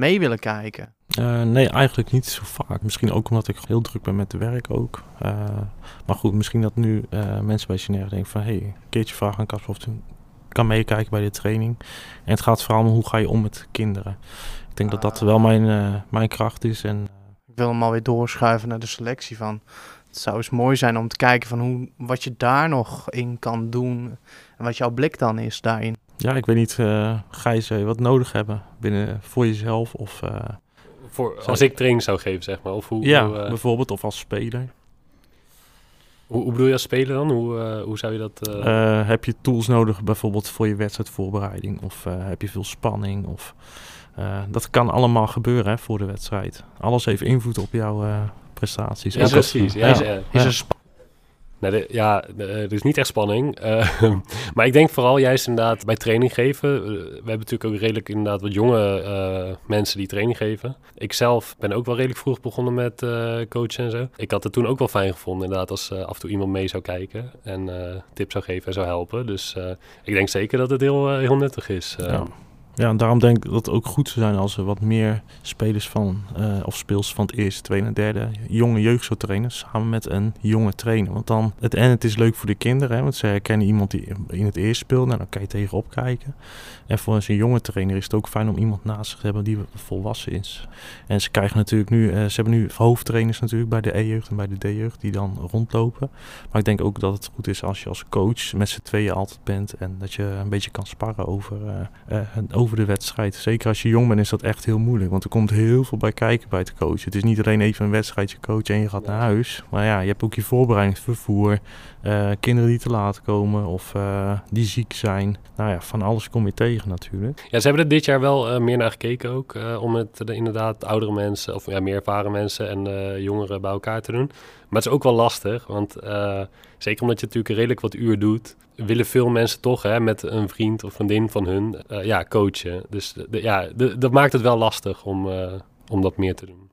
mee willen kijken? Uh, nee, eigenlijk niet zo vaak. Misschien ook omdat ik heel druk ben met het werk ook. Uh, maar goed, misschien dat nu uh, mensen bij Synerg denken van... hé, hey, een keertje vragen aan Casper of hij kan meekijken bij de training. En het gaat vooral om hoe ga je om met kinderen. Ik denk uh, dat dat wel mijn, uh, mijn kracht is. En, uh, ik wil hem alweer doorschuiven naar de selectie van... Het zou eens mooi zijn om te kijken van hoe, wat je daar nog in kan doen. En wat jouw blik dan is daarin. Ja, ik weet niet, uh, Gijs, wat nodig hebben binnen voor jezelf of... Uh, voor, als ik training zou geven, zeg maar. Of hoe, ja, hoe, uh, bijvoorbeeld, of als speler. Hoe, hoe bedoel je als speler dan? Hoe, uh, hoe zou je dat... Uh... Uh, heb je tools nodig bijvoorbeeld voor je wedstrijdvoorbereiding? Of uh, heb je veel spanning? Of, uh, dat kan allemaal gebeuren hè, voor de wedstrijd. Alles heeft invloed op jouw uh, prestaties. Ja, precies. Ja, ja. Is, ja. is er sp- Nee, de, ja, er is niet echt spanning. Uh, maar ik denk vooral juist inderdaad bij training geven. Uh, we hebben natuurlijk ook redelijk inderdaad wat jonge uh, mensen die training geven. Ik zelf ben ook wel redelijk vroeg begonnen met uh, coachen en zo. Ik had het toen ook wel fijn gevonden inderdaad als uh, af en toe iemand mee zou kijken. En uh, tips zou geven en zou helpen. Dus uh, ik denk zeker dat het heel, uh, heel nuttig is. Uh, ja. Ja, en daarom denk ik dat het ook goed zou zijn als er wat meer spelers van, uh, of speels van het eerste, tweede en derde, jonge jeugd zou trainen, samen met een jonge trainer. Want dan, het, en het is leuk voor de kinderen, hè, want ze herkennen iemand die in het eerste speelt, nou, dan kan je tegenop kijken. En voor een jonge trainer is het ook fijn om iemand naast zich te hebben die volwassen is. En ze krijgen natuurlijk nu, uh, ze hebben nu hoofdtrainers natuurlijk bij de E-jeugd en bij de D-jeugd die dan rondlopen. Maar ik denk ook dat het goed is als je als coach met z'n tweeën altijd bent en dat je een beetje kan sparren over, uh, uh, over de wedstrijd. Zeker als je jong bent is dat echt heel moeilijk. Want er komt heel veel bij kijken bij te coachen. Het is niet alleen even een wedstrijdje coachen en je gaat naar huis. Maar ja, je hebt ook je voorbereidingsvervoer. Uh, kinderen die te laat komen of uh, die ziek zijn. Nou ja, van alles kom je tegen natuurlijk. Ja, ze hebben er dit jaar wel uh, meer naar gekeken ook. Uh, om het uh, inderdaad oudere mensen of ja, meer ervaren mensen en uh, jongeren bij elkaar te doen. Maar het is ook wel lastig. Want uh, zeker omdat je natuurlijk redelijk wat uur doet, willen veel mensen toch hè, met een vriend of vriendin van hun uh, ja, coachen. Dus de, de, ja, de, dat maakt het wel lastig om, uh, om dat meer te doen.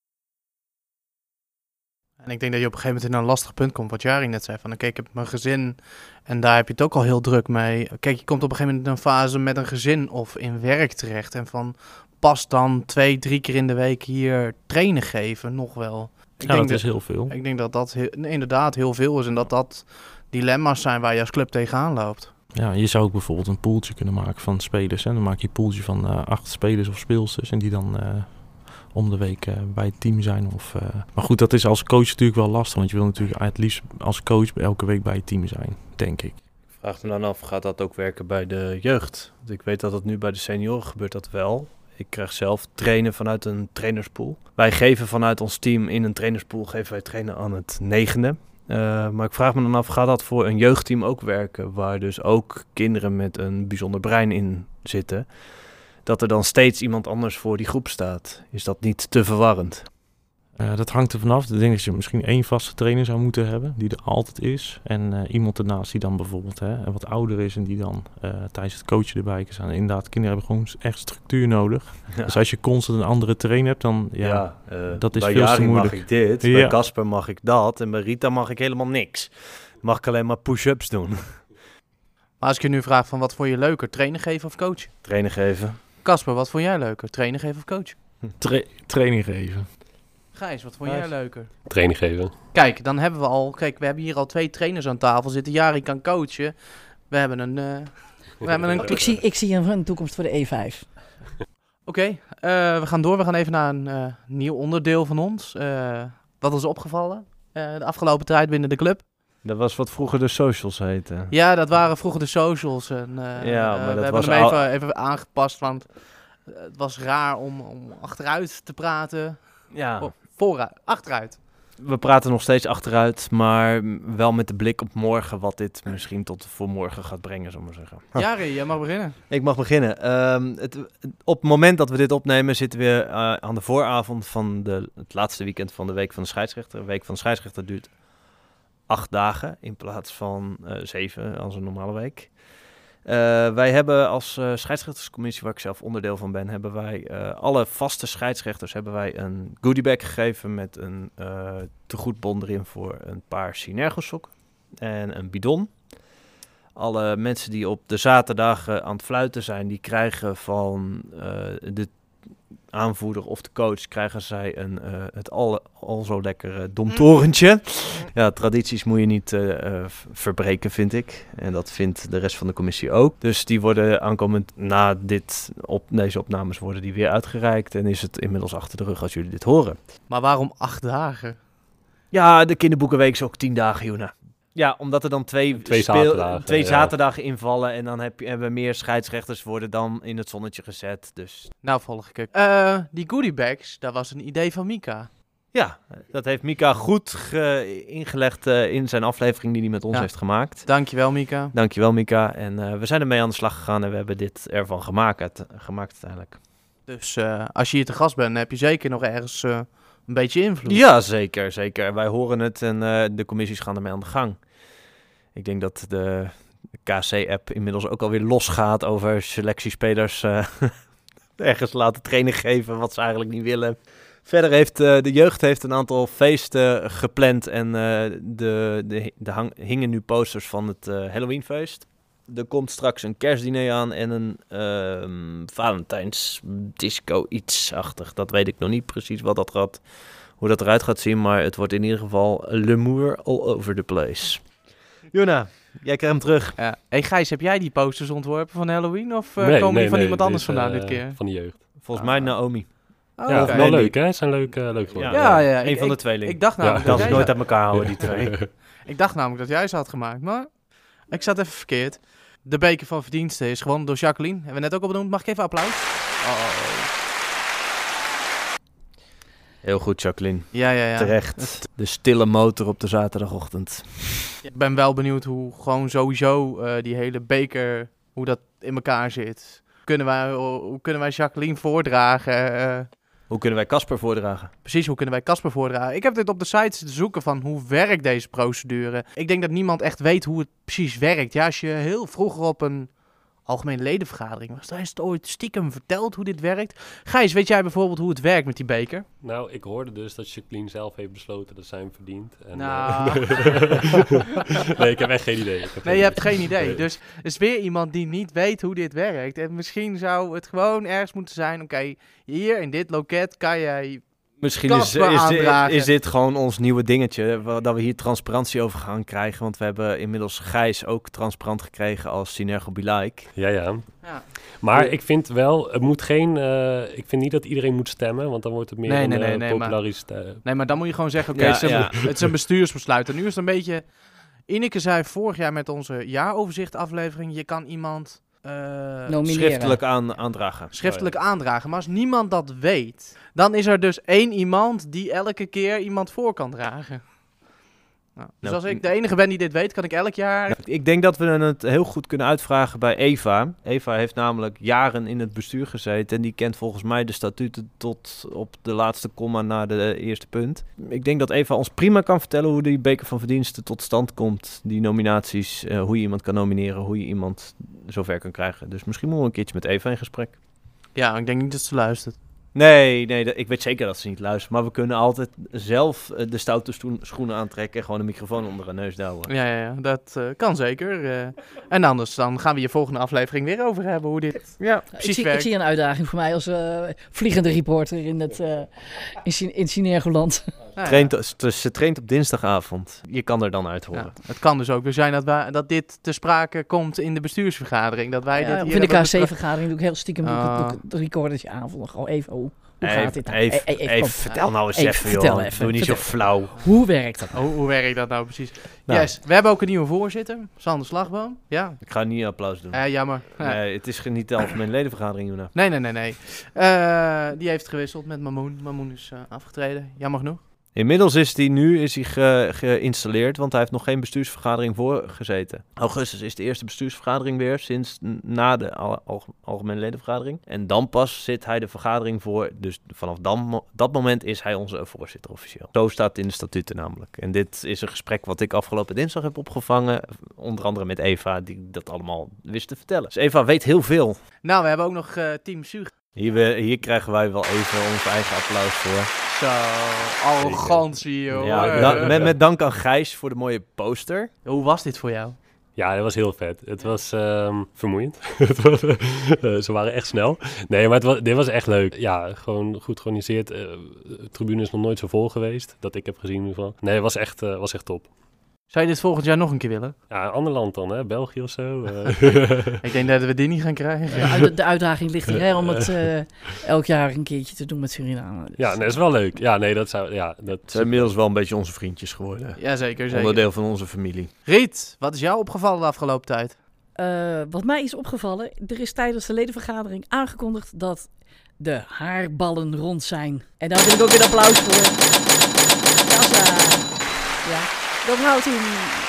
En ik denk dat je op een gegeven moment in een lastig punt komt, wat Jari net zei. Van, oké, ik heb mijn gezin en daar heb je het ook al heel druk mee. Kijk, je komt op een gegeven moment in een fase met een gezin of in werk terecht. En van, pas dan twee, drie keer in de week hier trainen geven, nog wel. Ik ja, denk dat is dat, heel veel. Ik denk dat dat he- inderdaad heel veel is en dat dat dilemma's zijn waar je als club tegenaan loopt. Ja, je zou ook bijvoorbeeld een poeltje kunnen maken van spelers. Hè? Dan maak je een poeltje van uh, acht spelers of speelsters en die dan uh, om de week uh, bij het team zijn. Of, uh... Maar goed, dat is als coach natuurlijk wel lastig, want je wil natuurlijk het liefst als coach elke week bij het team zijn, denk ik. Ik vraag me dan af, gaat dat ook werken bij de jeugd? Want ik weet dat het nu bij de senioren gebeurt dat wel. Ik krijg zelf trainen vanuit een trainerspool. Wij geven vanuit ons team in een trainerspool, geven wij trainen aan het negende. Uh, maar ik vraag me dan af, gaat dat voor een jeugdteam ook werken? Waar dus ook kinderen met een bijzonder brein in zitten. Dat er dan steeds iemand anders voor die groep staat. Is dat niet te verwarrend? Uh, dat hangt er vanaf. Ik denk dat je misschien één vaste trainer zou moeten hebben, die er altijd is. En uh, iemand ernaast die dan bijvoorbeeld hè, wat ouder is en die dan uh, tijdens het coachen erbij kan staan. Inderdaad, kinderen hebben gewoon echt structuur nodig. Ja. Dus als je constant een andere trainer hebt, dan ja, ja uh, dat is veel Jari te moeilijk. Bij mag ik dit, ja. Bij Casper mag ik dat en bij Rita mag ik helemaal niks. Mag ik alleen maar push-ups doen. Maar als ik je nu vraag van wat vond je leuker, trainen geven of coachen? Trainen geven. Casper, wat vond jij leuker, trainen geven of coachen? Tra- training geven. Gijs, wat vond jij leuker? Training geven. Kijk, dan hebben we al... Kijk, we hebben hier al twee trainers aan tafel zitten. Jari kan coachen. We hebben een... Uh, we hebben een ik, zie, ik zie een toekomst voor de E vijf. Oké, okay, uh, we gaan door. We gaan even naar een uh, nieuw onderdeel van ons. Uh, wat is opgevallen uh, de afgelopen tijd binnen de club? Dat was wat vroeger de socials heette. Ja, dat waren vroeger de socials. En, uh, ja, maar uh, dat we was hebben hem al... even, even aangepast, want het was raar om, om achteruit te praten. Ja. Oh, vooruit, achteruit. We praten nog steeds achteruit, maar wel met de blik op morgen, wat dit misschien tot voor morgen gaat brengen, zullen we maar zeggen. Jari, jij mag beginnen. Ik mag beginnen. Um, het, op het moment dat we dit opnemen zitten we uh, aan de vooravond van de, het laatste weekend van de Week van de Scheidsrechter. De Week van de Scheidsrechter duurt acht dagen in plaats van uh, zeven als een normale week. Uh, wij hebben als uh, scheidsrechterscommissie, waar ik zelf onderdeel van ben, hebben wij uh, alle vaste scheidsrechters hebben wij een goodiebag gegeven met een uh, tegoedbon erin voor een paar Synergosokken en een bidon. Alle mensen die op de zaterdag uh, aan het fluiten zijn, die krijgen van uh, de aanvoerder of de coach krijgen zij een, uh, het al, al zo lekkere domtorentje. Ja, tradities moet je niet uh, uh, verbreken, vind ik. En dat vindt de rest van de commissie ook. Dus die worden aankomend na dit op, deze opnames worden die weer uitgereikt. En is het inmiddels achter de rug als jullie dit horen. Maar waarom acht dagen? Ja, de kinderboekenweek is ook tien dagen, Jona. Ja, omdat er dan twee, Twee speel, zaterdagen, twee ja. zaterdagen invallen. En dan heb je, hebben we meer scheidsrechters worden dan in het zonnetje gezet. Dus Nou, volg ik. Uh, die goodie bags, dat was een idee van Mika. ja, dat heeft Mika goed ge- ingelegd uh, in zijn aflevering die hij met ons Ja. heeft gemaakt. Dankjewel, Mika. Dankjewel, Mika. En uh, we zijn ermee aan de slag gegaan en we hebben dit ervan gemaakt, uit, gemaakt uiteindelijk. Dus uh, als je hier te gast bent, heb je zeker nog ergens uh, een beetje invloed. Ja, zeker, zeker. Wij horen het en uh, de commissies gaan ermee aan de gang. Ik denk dat de K C-app inmiddels ook alweer losgaat over selectiespelers uh, ergens laten trainen geven wat ze eigenlijk niet willen. Verder heeft uh, de jeugd heeft een aantal feesten gepland en uh, de, de, de hang, hingen nu posters van het uh, Halloweenfeest. Er komt straks een kerstdiner aan en een uh, Valentijns disco iets-achtig. Dat weet ik nog niet precies wat dat gaat, hoe dat eruit gaat zien, maar het wordt in ieder geval L'Amour all over the place. Jona, jij krijgt hem terug. Ja. Hey Gijs, heb jij die posters ontworpen van Halloween? Of uh, Nee, komen nee, die van nee, iemand anders dit, vandaan uh, dit keer? Van de jeugd. Volgens Ah. mij Naomi. Oh, Ja, oké. wel Mandy. leuk hè, ze zijn leuk, uh, leuk geworden. Ja, ja. Een ik- van de ik- tweelingen. Ik dacht Ja, namelijk Dat dat ze jij nooit ze- uit elkaar houden, die twee. Ik dacht namelijk dat jij ze had gemaakt, maar ik zat even verkeerd. De beker van verdiensten is gewonnen door Jacqueline. Hebben we net ook al benoemd. Mag ik even applaus? Oh. Heel goed, Jacqueline. Ja, ja, ja. Terecht. De stille motor op de zaterdagochtend. Ik ben wel benieuwd hoe gewoon sowieso uh, die hele beker, hoe dat in elkaar zit. Kunnen wij, hoe kunnen wij Jacqueline voordragen? Uh, Hoe kunnen wij Casper voordragen? precies, hoe kunnen wij Casper voordragen? Ik heb dit op de site te zoeken van hoe werkt deze procedure. Ik denk dat niemand echt weet hoe het precies werkt. Ja, als je heel vroeger op een algemene ledenvergadering was, daar is het ooit stiekem verteld hoe dit werkt. Gijs, weet jij bijvoorbeeld hoe het werkt met die beker? Nou, ik hoorde dus dat Jacqueline zelf heeft besloten dat zij hem verdient. En, Nou. uh, nee, ik heb echt geen idee. Ik heb Nee, je hebt geen Nee. idee. Dus er is weer iemand die niet weet hoe dit werkt. En misschien zou het gewoon ergens moeten zijn, oké, hier in dit loket kan jij... Misschien is, Casper is, aandragen. is dit gewoon ons nieuwe dingetje, wa- dat we hier transparantie over gaan krijgen. Want we hebben inmiddels Gijs ook transparant gekregen als Synergo Be Like. Ja, ja. Ja. Maar ik vind wel, het moet geen, uh, ik vind niet dat iedereen moet stemmen, want dan wordt het meer Nee, een nee, uh, nee, nee, maar- populariteit. Nee, maar dan moet je gewoon zeggen, oké, Ja, het, is een- ja. het is een bestuursbesluit. En nu is het een beetje... Ineke zei vorig jaar met onze jaaroverzicht aflevering, je kan iemand uh, Nomineren. Schriftelijk aan, aandragen. schriftelijk aandragen. Maar als niemand dat weet, dan is er dus één iemand die elke keer iemand voor kan dragen. Nou, dus Nou, als ik de enige ben die dit weet, kan ik elk jaar... Ik denk dat we het heel goed kunnen uitvragen bij Eva. Eva heeft namelijk jaren in het bestuur gezeten en die kent volgens mij de statuten tot op de laatste komma na de eerste punt. Ik denk dat Eva ons prima kan vertellen hoe die beker van verdiensten tot stand komt. Die nominaties, uh, hoe je iemand kan nomineren, hoe je iemand zover kan krijgen. Dus misschien moeten we een keertje met Eva in gesprek. Ja, ik denk niet dat ze luistert. Nee, nee, dat- ik weet zeker dat ze niet luistert. Maar we kunnen altijd zelf uh, de stoute stoen- schoenen aantrekken en gewoon een microfoon onder haar neus douwen. Ja, ja, ja, dat uh, kan zeker. Uh, en anders dan gaan we je volgende aflevering weer over hebben hoe dit Ja. Ik precies zie, ik werkt. zie een uitdaging voor mij als uh, vliegende reporter in het uh, in, Sin- in Synergoland. Nou ja. Traint, dus ze traint op dinsdagavond. Je kan er dan uit horen. Ja, het kan dus ook weer zijn dat, wij, dat dit te sprake komt in de bestuursvergadering. Dat wij Ja, dit of hier in de hebben K bespro- C-vergadering doe ik heel stiekem doe ik het- Ah. doe ik het recordertje aan. Van, gewoon even, hoe, hoe Even- gaat dit nou? even- E- e- even kom. vertel nou eens Even, even, vertel joh. even, Doe niet zo vertel. flauw. Hoe werkt dat? Oh, hoe werkt dat nou precies? Nou. Yes, we hebben ook een nieuwe voorzitter, Sander Slagboom. Ja, Ik ga niet applaus doen. eh, jammer. Ja. Nee, het is ge- niet de algemene ledenvergadering, Jona. Nee, nee, nee, nee. Eh, die heeft gewisseld met Mamoen. Mamoen is uh, afgetreden, jammer genoeg. Inmiddels is hij nu is hij ge- geïnstalleerd, want hij heeft nog geen bestuursvergadering voor gezeten. Augustus is de eerste bestuursvergadering weer, sinds n- na de al- al- algemene ledenvergadering. En dan pas zit hij de vergadering voor, dus vanaf dan, mo- dat moment is hij onze voorzitter officieel. Zo staat het in de statuten namelijk. En dit is een gesprek wat ik afgelopen dinsdag heb opgevangen, onder andere met Eva, die dat allemaal wist te vertellen. Dus Eva weet heel veel. Nou, we hebben ook nog uh, Team Suug. Hier, we- hier krijgen wij wel even ons eigen applaus voor. Zo, arrogantie, joh. Ja, Eh, da- met, met dank aan Gijs voor de mooie poster. Hoe was dit voor jou? Ja, dat was heel vet. Het was um, vermoeiend. Het was, uh, ze waren echt snel. Nee, maar het was, dit was echt leuk. Ja, gewoon goed georganiseerd. Uh, de tribune is nog nooit zo vol geweest, dat ik heb gezien in ieder geval. Nee, het was echt, uh, was echt top. Zou je dit volgend jaar nog een keer willen? Ja, een ander land dan, hè? België of zo. Uh. Ik denk dat we dit niet gaan krijgen. Ja, de, de uitdaging ligt er hè, om het uh, elk jaar een keertje te doen met Suriname. Dus. Ja, nee, dat is wel leuk. Ja, nee, dat zou... Ja, dat Het zijn inmiddels wel een beetje onze vriendjes geworden. Ja, zeker, zeker. Onderdeel van onze familie. Riet, wat is jou opgevallen de afgelopen tijd? Uh, wat mij is opgevallen, er is tijdens de ledenvergadering aangekondigd dat de haarballen rond zijn. En daar wil ik ook weer een applaus voor. Kassa. Ja. Dat houdt in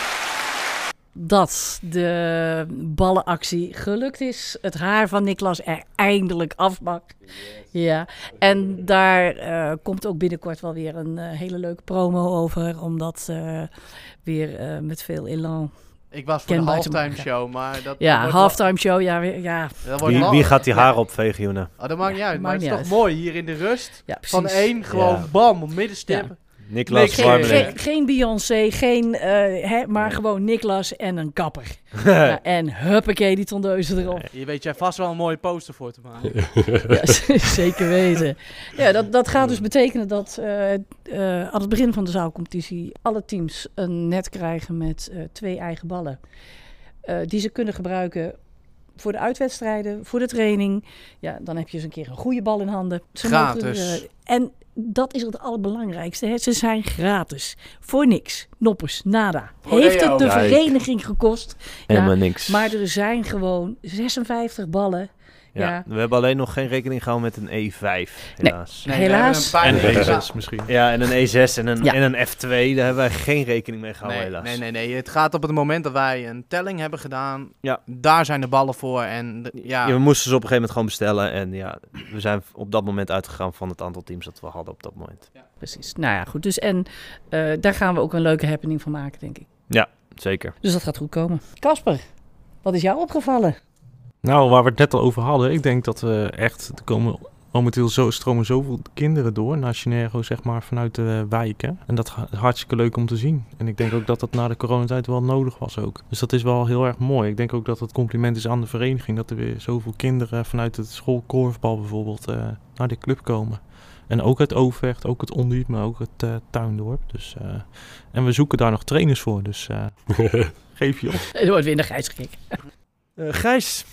dat de ballenactie gelukt is. Het haar van Niklas er eindelijk afbak. Yes. Ja. En daar uh, komt ook binnenkort wel weer een uh, hele leuke promo over. Om dat uh, weer uh, met veel elan. Ik was voor de halftime show, maar dat... Ja, dat halftime wel... show, ja. ja. Dat wordt wie, wie gaat die haar opvegen, Joena? Oh, dat maakt niet uit, ja, maar het is niet toch uit. mooi hier in de rust. Ja, van één, gewoon ja. bam, op middenstip. Ja. Niklas, nee, geen, geen, geen Beyoncé, geen, uh, hè, maar nee. gewoon Niklas en een kapper. Ja, en huppakee, die tondeuzen erop. Nee. Je weet jij vast wel een mooie poster voor te maken. Ja, zeker weten. Ja, dat, dat gaat dus betekenen dat uh, uh, aan het begin van de zaalcompetitie alle teams een net krijgen met uh, twee eigen ballen. Uh, die ze kunnen gebruiken voor de uitwedstrijden, voor de training. Ja, dan heb je eens een keer een goede bal in handen. Ze gratis. Mogen, uh, en dat is het allerbelangrijkste. Hè? Ze zijn gratis. Voor niks. Noppers. Nada. Oh, Heeft nee, het de ja, vereniging gekost? Helemaal ja, niks. Maar er zijn gewoon zesenvijftig ballen. Ja, ja. We hebben alleen nog geen rekening gehouden met een E vijf, helaas. Nee, helaas. En een E zes ja. misschien. Ja, en een E zes en een, ja. en een F twee, daar hebben wij geen rekening mee gehouden, nee, helaas. Nee, nee, nee. Het gaat op het moment dat wij een telling hebben gedaan, ja. daar zijn de ballen voor. En ja. Ja, we moesten ze op een gegeven moment gewoon bestellen. En ja, we zijn op dat moment uitgegaan van het aantal teams dat we hadden op dat moment. Ja. Precies. Nou ja, goed. Dus en uh, daar gaan we ook een leuke happening van maken, denk ik. Ja, zeker. Dus dat gaat goed komen. Kasper, wat is jou opgevallen? Nou, waar we het net al over hadden, ik denk dat we echt, er komen momenteel zo, stromen zoveel kinderen door naar Chinergo, zeg maar, vanuit de wijken. En dat is hartstikke leuk om te zien. En ik denk ook dat dat na de coronatijd wel nodig was ook. Dus dat is wel heel erg mooi. Ik denk ook dat het compliment is aan de vereniging, dat er weer zoveel kinderen vanuit het schoolkorfbal bijvoorbeeld uh, naar de club komen. En ook het Overvecht, ook het Ondiep, maar ook het uh, Tuindorp. Dus, uh, en we zoeken daar nog trainers voor, dus uh, geef je op. Er wordt weer in de gijs gekeken. Uh, Gijs.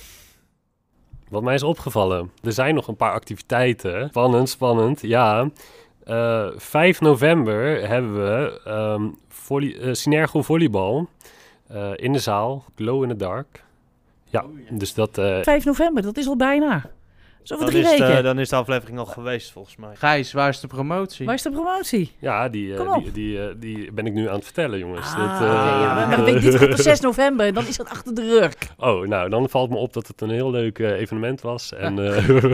Wat mij is opgevallen, er zijn nog een paar activiteiten. Spannend, spannend, ja. Uh, vijf november hebben we um, volley, uh, Synergo volleybal uh, in de zaal, Glow in the Dark. Ja, oh, ja. Dus dat... Uh, vijf november, dat is al bijna. Zo voor dan drie is weken. De, dan is de aflevering al geweest, volgens mij. Gijs, waar is de promotie? Waar is de promotie? Ja, die, uh, die, die, uh, die ben ik nu aan het vertellen, jongens. Ah, dat, uh, okay, ja, maar weet, dit gaat op zes november en dan is dat achter de rug. Oh, nou, dan valt me op dat het een heel leuk uh, evenement was. En, uh,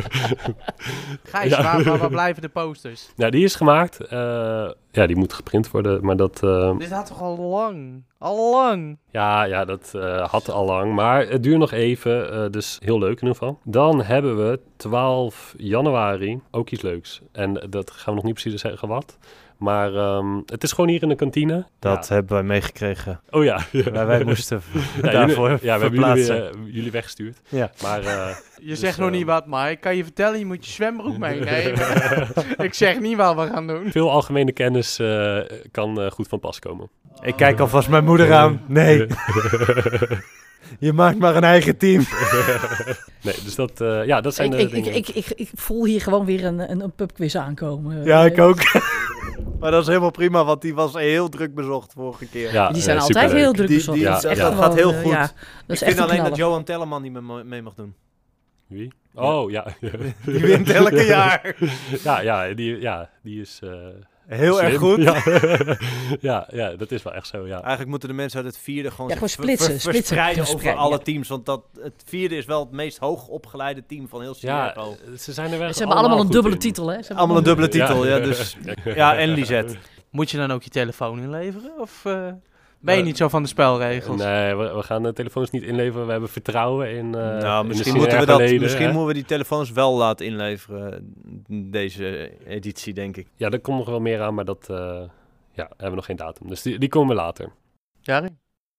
Gijs, ja. waar, waar, waar blijven de posters? Ja, die is gemaakt. Uh, ja, die moet geprint worden, maar dat... Uh, Dit had toch al lang? Al lang? Ja, ja, dat uh, had al lang. Maar het duurt nog even, uh, dus heel leuk in ieder geval. Dan hebben we twaalf januari ook iets leuks. En dat gaan we nog niet precies zeggen wat. Maar um, het is gewoon hier in de kantine. Dat ja. hebben wij meegekregen. Oh ja. ja. Wij, wij moesten ja, daarvoor jullie, ja, we hebben jullie, uh, jullie weggestuurd. Ja. Maar, uh, je dus, zegt nog uh, niet wat, maar ik kan je vertellen, je moet je zwembroek meenemen. Ik zeg niet wat we gaan doen. Veel algemene kennis uh, kan uh, goed van pas komen. Ik oh. kijk alvast mijn moeder aan. Nee. Je maakt maar een eigen team. Nee, dus dat, uh, ja, dat zijn ik, de ik, dingen. Ik, ik, ik, ik voel hier gewoon weer een, een, een pubquiz aankomen. Ja, ik ook. Maar dat is helemaal prima, want die was heel druk bezocht vorige keer. Ja, die zijn uh, altijd heel druk die, bezocht. Die, die die, ja, dat ja. gaat heel gewoon, goed. Uh, ja, dat ik vind alleen dat Johan Tellerman niet mee, mee mag doen. Wie? Oh, ja. Die wint elke jaar. ja, ja, die, ja, die is... Uh, Heel slim. erg goed. Ja. ja, ja, dat is wel echt zo, ja. Eigenlijk moeten de mensen uit het vierde gewoon, ja, gewoon ver, splitsen, ver, splitsen, verspreiden verspreiden, over alle ja. teams. Want dat, het vierde is wel het meest hoog opgeleide team van heel Synergo. Ja, ze zijn er wel Ze hebben allemaal een dubbele in. titel, hè? Ze allemaal een dubbele titel, ja. ja dus, ja, en Lisette. Moet je dan ook je telefoon inleveren? Of uh, ben je uh, niet zo van de spelregels? Nee, we, we gaan de telefoons niet inleveren. We hebben vertrouwen in, uh, nou, in misschien de moeten we dat, geleden, Misschien hè? moeten we die telefoons wel laten inleveren, deze editie, denk ik. Ja, er komt nog wel meer aan, maar dat uh, ja, hebben we nog geen datum. Dus die, die komen later. Ja,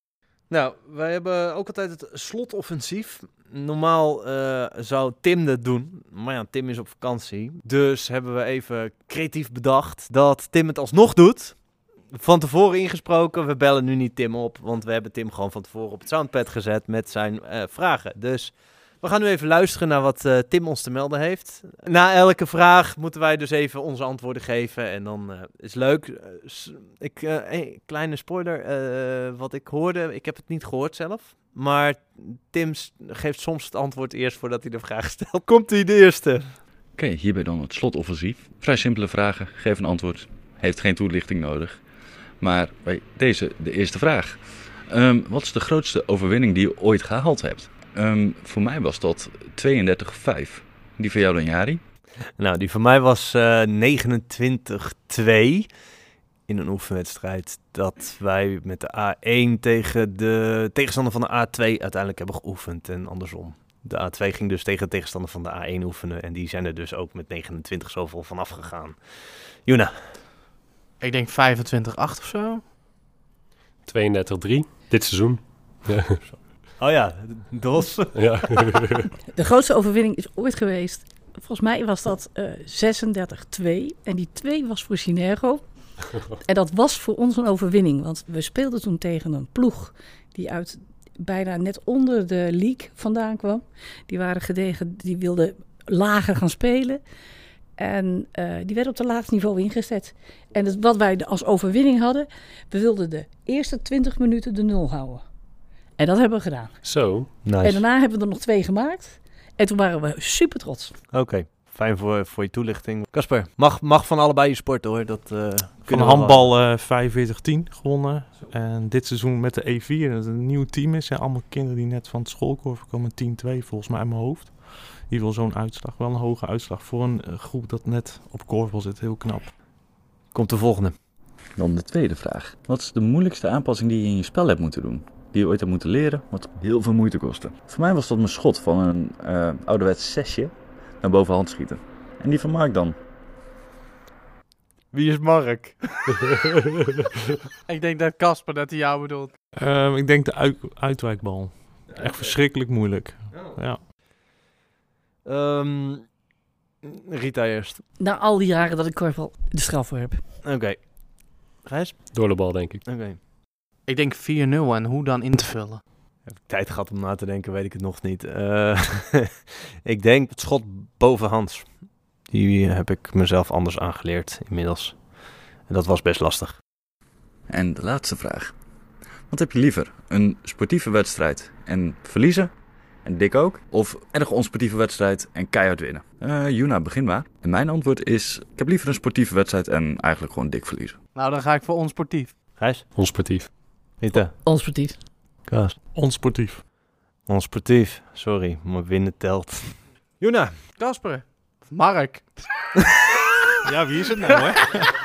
Nou, wij hebben ook altijd het slotoffensief. Normaal uh, zou Tim dat doen, maar ja, Tim is op vakantie. Dus hebben we even creatief bedacht dat Tim het alsnog doet. Van tevoren ingesproken, we bellen nu niet Tim op, want we hebben Tim gewoon van tevoren op het soundpad gezet met zijn uh, vragen. Dus we gaan nu even luisteren naar wat uh, Tim ons te melden heeft. Na elke vraag moeten wij dus even onze antwoorden geven en dan uh, is leuk. Uh, ik, uh, hey, kleine spoiler, uh, wat ik hoorde, ik heb het niet gehoord zelf. Maar Tim geeft soms het antwoord eerst voordat hij de vraag stelt. Komt hij de eerste? Oké, okay, hierbij dan het slotoffensief. Vrij simpele vragen, geef een antwoord. Heeft geen toelichting nodig. Maar bij deze, de eerste vraag. Um, wat is de grootste overwinning die je ooit gehaald hebt? Um, voor mij was dat tweeëndertig vijf. Die van jou dan, Jari? Nou, die van mij was uh, negenentwintig twee. In een oefenwedstrijd dat wij met de A één tegen de tegenstander van de A twee uiteindelijk hebben geoefend en andersom. De A twee ging dus tegen de tegenstander van de A één oefenen en die zijn er dus ook met negenentwintig zoveel vanaf gegaan. Juna? Ik denk vijfentwintig acht of zo. tweeëndertig drie, dit seizoen. Ja. Oh ja, Dos. Ja. De grootste overwinning is ooit geweest. Volgens mij was dat uh, zesendertig twee en die twee was voor Synergo. En dat was voor ons een overwinning, want we speelden toen tegen een ploeg die uit bijna net onder de league vandaan kwam. Die waren gedegen, die wilden lager gaan spelen. En uh, die werden op het laagste niveau ingezet. En het, wat wij als overwinning hadden, we wilden de eerste twintig minuten de nul houden. En dat hebben we gedaan. Zo. Nice. En daarna hebben we er nog twee gemaakt. En toen waren we super trots. Oké. Okay. Fijn voor, voor je toelichting. Casper, mag, mag van allebei je sporten hoor. Dat, uh, van handbal uh, vijfenveertig tien gewonnen. En dit seizoen met de E vier, dat het een nieuw team is. En allemaal kinderen die net van het schoolkorf komen. tien twee volgens mij in mijn hoofd. In ieder geval zo'n uitslag. Wel een hoge uitslag voor een uh, groep dat net op korfbal zit. Heel knap. Komt de volgende. Dan de tweede vraag. Wat is de moeilijkste aanpassing die je in je spel hebt moeten doen? Die je ooit hebt moeten leren, wat heel veel moeite kostte. Voor mij was dat mijn schot van een uh, ouderwets zesje naar bovenhand schieten. En die van Mark dan? Wie is Mark? Ik denk dat Casper dat hij jou bedoelt. Uh, ik denk de uit- uitwijkbal. Echt verschrikkelijk moeilijk. Oh. Ja. Um, Rita eerst. Na al die jaren dat ik korfbal de straf voor heb. Oké. Okay. Gijs? Door de bal, denk ik. Oké. Okay. Ik denk vier nul en hoe dan in te vullen. Heb ik tijd gehad om na te denken, weet ik het nog niet. Uh, ik denk het schot bovenhands. Die heb ik mezelf anders aangeleerd inmiddels. En dat was best lastig. En de laatste vraag. Wat heb je liever? Een sportieve wedstrijd en verliezen? En dik ook? Of erg onsportieve wedstrijd en keihard winnen? Uh, Juna, begin maar. En mijn antwoord is, ik heb liever een sportieve wedstrijd en eigenlijk gewoon dik verliezen. Nou, dan ga ik voor onsportief. Gijs? Onsportief. Rita? Onsportief. Kaas? Onsportief. Onsportief. Sorry, maar winnen telt. Juna? Casper? Mark? Ja, wie is het nou, hè?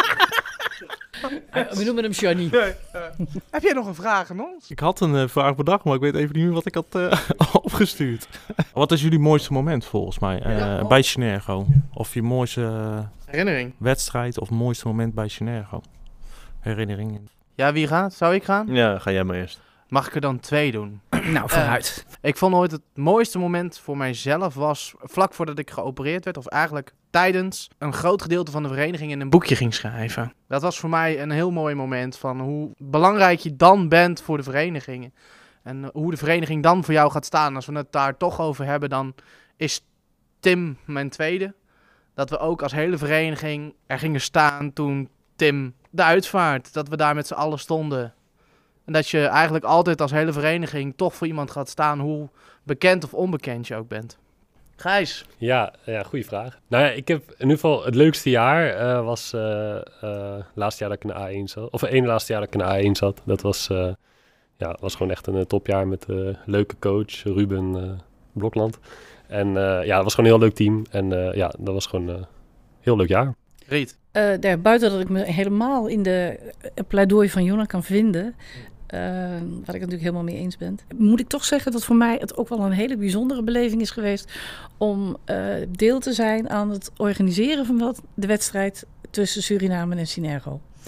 Uh, we noemen hem Johnny. Nee, uh, heb jij nog een vraag aan ons? Ik had een uh, vraag bedacht, maar ik weet even niet meer wat ik had uh, opgestuurd. Wat is jullie mooiste moment volgens mij uh, ja, bij Synergo? Of je mooiste uh, herinnering? Wedstrijd of mooiste moment bij Synergo? Herinneringen. Ja, wie gaat? Zou ik gaan? Ja, ga jij maar eerst. Mag ik er dan twee doen? Nou, vooruit. Uh, ik vond ooit het mooiste moment voor mijzelf was vlak voordat ik geopereerd werd, of eigenlijk tijdens een groot gedeelte van de vereniging in een boekje ging schrijven. Dat was voor mij een heel mooi moment van hoe belangrijk je dan bent voor de vereniging. En hoe de vereniging dan voor jou gaat staan. Als we het daar toch over hebben, dan is Tim mijn tweede. Dat we ook als hele vereniging er gingen staan toen Tim de uitvaart, dat we daar met z'n allen stonden. En dat je eigenlijk altijd als hele vereniging toch voor iemand gaat staan, hoe bekend of onbekend je ook bent. Gijs? Ja, ja, goede vraag. Nou ja, ik heb in ieder geval het leukste jaar uh, was uh, uh, laatste jaar dat ik in de A één zat. Of één laatste jaar dat ik in de A één zat. Dat was, uh, ja, was gewoon echt een uh, topjaar met een uh, leuke coach, Ruben uh, Blokland. En uh, ja, het was gewoon een heel leuk team. En uh, ja, dat was gewoon een uh, heel leuk jaar. Riet? Uh, daar, buiten dat ik me helemaal in de uh, pleidooi van Jona kan vinden, Uh, waar ik het natuurlijk helemaal mee eens ben, moet ik toch zeggen dat voor mij het ook wel een hele bijzondere beleving is geweest om uh, deel te zijn aan het organiseren van wat, de wedstrijd tussen Suriname en Synergo.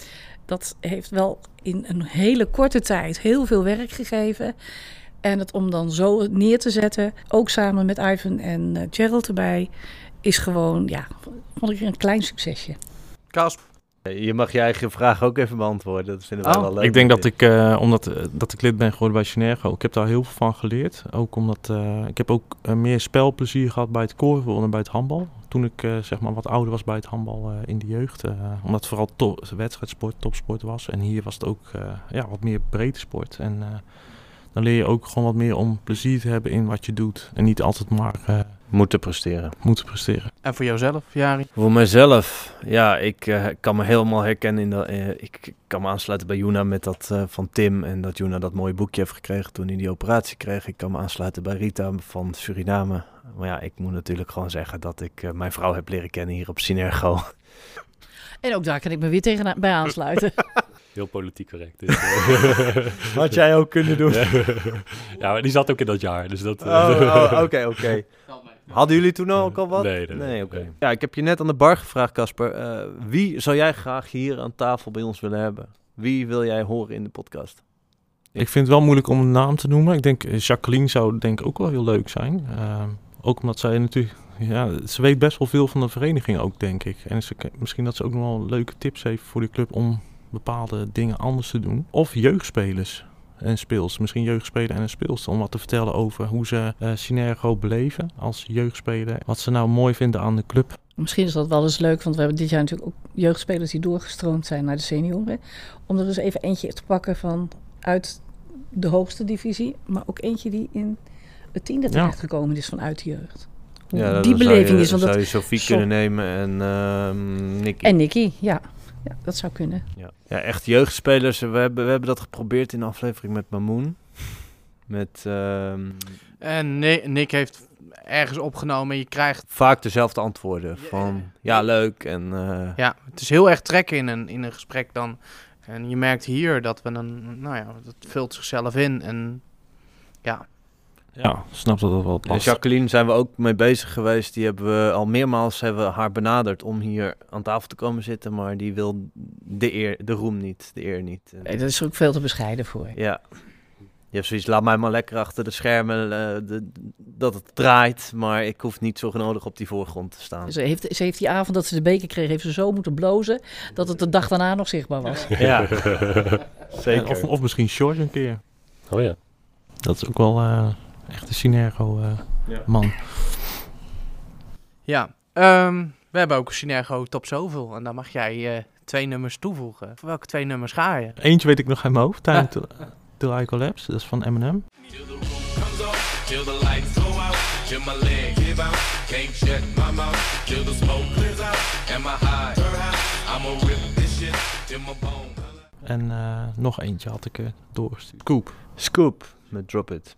dat heeft wel in een hele korte tijd heel veel werk gegeven. En het om dan zo neer te zetten, ook samen met Ivan en uh, Gerald erbij, is gewoon, ja, vond ik een klein succesje. Kasp. Je mag je eigen vraag ook even beantwoorden. Dat vinden wij Oh, wel leuk. Ik denk dat ik, uh, omdat uh, dat ik lid ben geworden bij Synergo, ik heb daar heel veel van geleerd. Ook omdat uh, ik heb ook uh, meer spelplezier gehad bij het korfbal dan bij het handbal. Toen ik uh, zeg maar wat ouder was bij het handbal uh, in de jeugd. Uh, omdat het vooral to- wedstrijdsport, topsport was. En hier was het ook uh, ja, wat meer breedte sport. En uh, dan leer je ook gewoon wat meer om plezier te hebben in wat je doet. En niet altijd maar uh, Moeten presteren. moeten presteren. En voor jouzelf, Jari? Voor mezelf, ja, ik uh, kan me helemaal herkennen in dat. Uh, ik kan me aansluiten bij Juna met dat uh, van Tim en dat Juna dat mooie boekje heeft gekregen toen hij die operatie kreeg. Ik kan me aansluiten bij Rita van Suriname. Maar ja, ik moet natuurlijk gewoon zeggen dat ik uh, mijn vrouw heb leren kennen hier op Synergo. En ook daar kan ik me weer tegen bij aansluiten. Heel politiek correct. Dus, uh, Had jij ook kunnen doen. ja, maar die zat ook in dat jaar. Dus dat. Oh, oké, oké. Okay. Hadden jullie toen ook al wat? Nee, nee, nee. nee oké. Nee. Ja, ik heb je net aan de bar gevraagd, Casper. Uh, wie zou jij graag hier aan tafel bij ons willen hebben? Wie wil jij horen in de podcast? Ik vind het wel moeilijk om een naam te noemen. Ik denk Jacqueline zou denk ik ook wel heel leuk zijn. Uh, ook omdat zij natuurlijk, ja, ze weet best wel veel van de vereniging ook, denk ik. En ze, misschien dat ze ook nog wel leuke tips heeft voor de club om bepaalde dingen anders te doen. Of jeugdspelers en speels. Misschien jeugdspeler en een speelster. Om wat te vertellen over hoe ze uh, Synergo beleven als jeugdspeler. Wat ze nou mooi vinden aan de club. Misschien is dat wel eens leuk, want we hebben dit jaar natuurlijk ook jeugdspelers die doorgestroomd zijn naar de senioren. Om er dus even eentje te pakken van uit de hoogste divisie, maar ook eentje die in het tiende terecht gekomen is vanuit de jeugd. Hoe Ja, die beleving je, is. Want zou dat je Sophie zo... kunnen nemen en uh, Nicky. En Nicky, ja. Ja, dat zou kunnen. Ja, ja echt jeugdspelers. We hebben, we hebben dat geprobeerd in de aflevering met Mamoen. Met... Uh, En Nick, Nick heeft ergens opgenomen. Je krijgt vaak dezelfde antwoorden. Van ja, leuk. En, uh, ja, het is heel erg trekken in een, in een gesprek dan. En je merkt hier dat we een, nou ja, dat vult zichzelf in. En ja. Ja, snap dat dat wel past. En Jacqueline zijn we ook mee bezig geweest. Die hebben we al meermaals hebben we haar benaderd om hier aan tafel te komen zitten. Maar die wil de eer, de roem niet, de eer niet. Nee, dat is ook veel te bescheiden voor. Ja. Je hebt zoiets, laat mij maar lekker achter de schermen, uh, de, dat het draait. Maar ik hoef niet zo nodig op die voorgrond te staan. Ze heeft, ze heeft die avond dat ze de beker kreeg, heeft ze zo moeten blozen dat het de dag daarna nog zichtbaar was. Ja, zeker. Of, of misschien George een keer. Oh ja. Dat is ook wel uh, echt een Synergo uh, ja. man. Ja, um, we hebben ook Synergo Top Zoveel. En daar mag jij uh, twee nummers toevoegen. Voor welke twee nummers ga je? Eentje weet ik nog in mijn hoofd. Time to, Till I Collapse. Dat is van Eminem. En uh, nog eentje had ik er doorgestuurd. Scoop. Scoop met Drop It.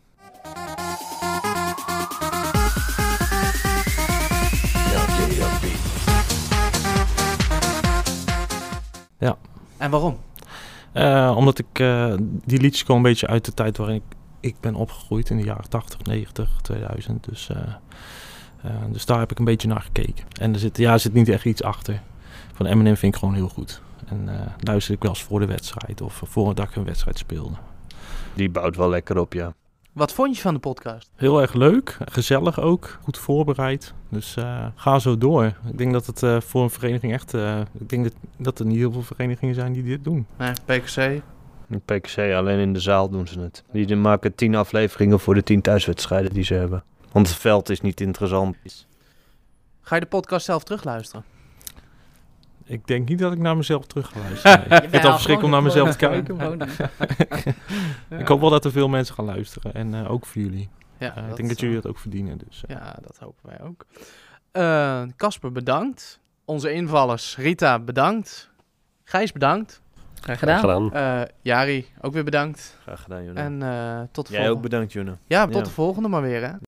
Ja. En waarom? Uh, omdat ik uh, die liedjes komen een beetje uit de tijd waarin ik, ik ben opgegroeid in de jaren tachtig, negentig, tweeduizend. Dus, uh, uh, dus daar heb ik een beetje naar gekeken. En er zit, ja, er zit niet echt iets achter. Van Eminem vind ik gewoon heel goed. En uh, luister ik wel eens voor de wedstrijd of voordat ik een wedstrijd speelde. Die bouwt wel lekker op, ja. Wat vond je van de podcast? Heel erg leuk, gezellig ook, goed voorbereid. Dus uh, ga zo door. Ik denk dat het uh, voor een vereniging echt... Uh, ik denk dat, dat er niet heel veel verenigingen zijn die dit doen. Nee, P K C? P K C, alleen in de zaal doen ze het. Die maken tien afleveringen voor de tien thuiswedstrijden die ze hebben. Want het veld is niet interessant. Ga je de podcast zelf terugluisteren? Ik denk niet dat ik naar mezelf terug ga luisteren. Nee. Ik vind het al verschrikkelijk om naar mezelf te kijken. Maar ik hoop wel dat er veel mensen gaan luisteren. En uh, ook voor jullie. Ja, uh, ik denk dat jullie dat ook verdienen. Dus, uh. Ja, dat hopen wij ook. Casper, uh, bedankt. Onze invallers, Rita, bedankt. Gijs, bedankt. Graag gedaan. Graag gedaan. Uh, Jari, ook weer bedankt. Graag gedaan, Juna. En uh, tot de Jij volgende. ook bedankt, Juna. Ja, tot ja. de volgende maar weer, hè.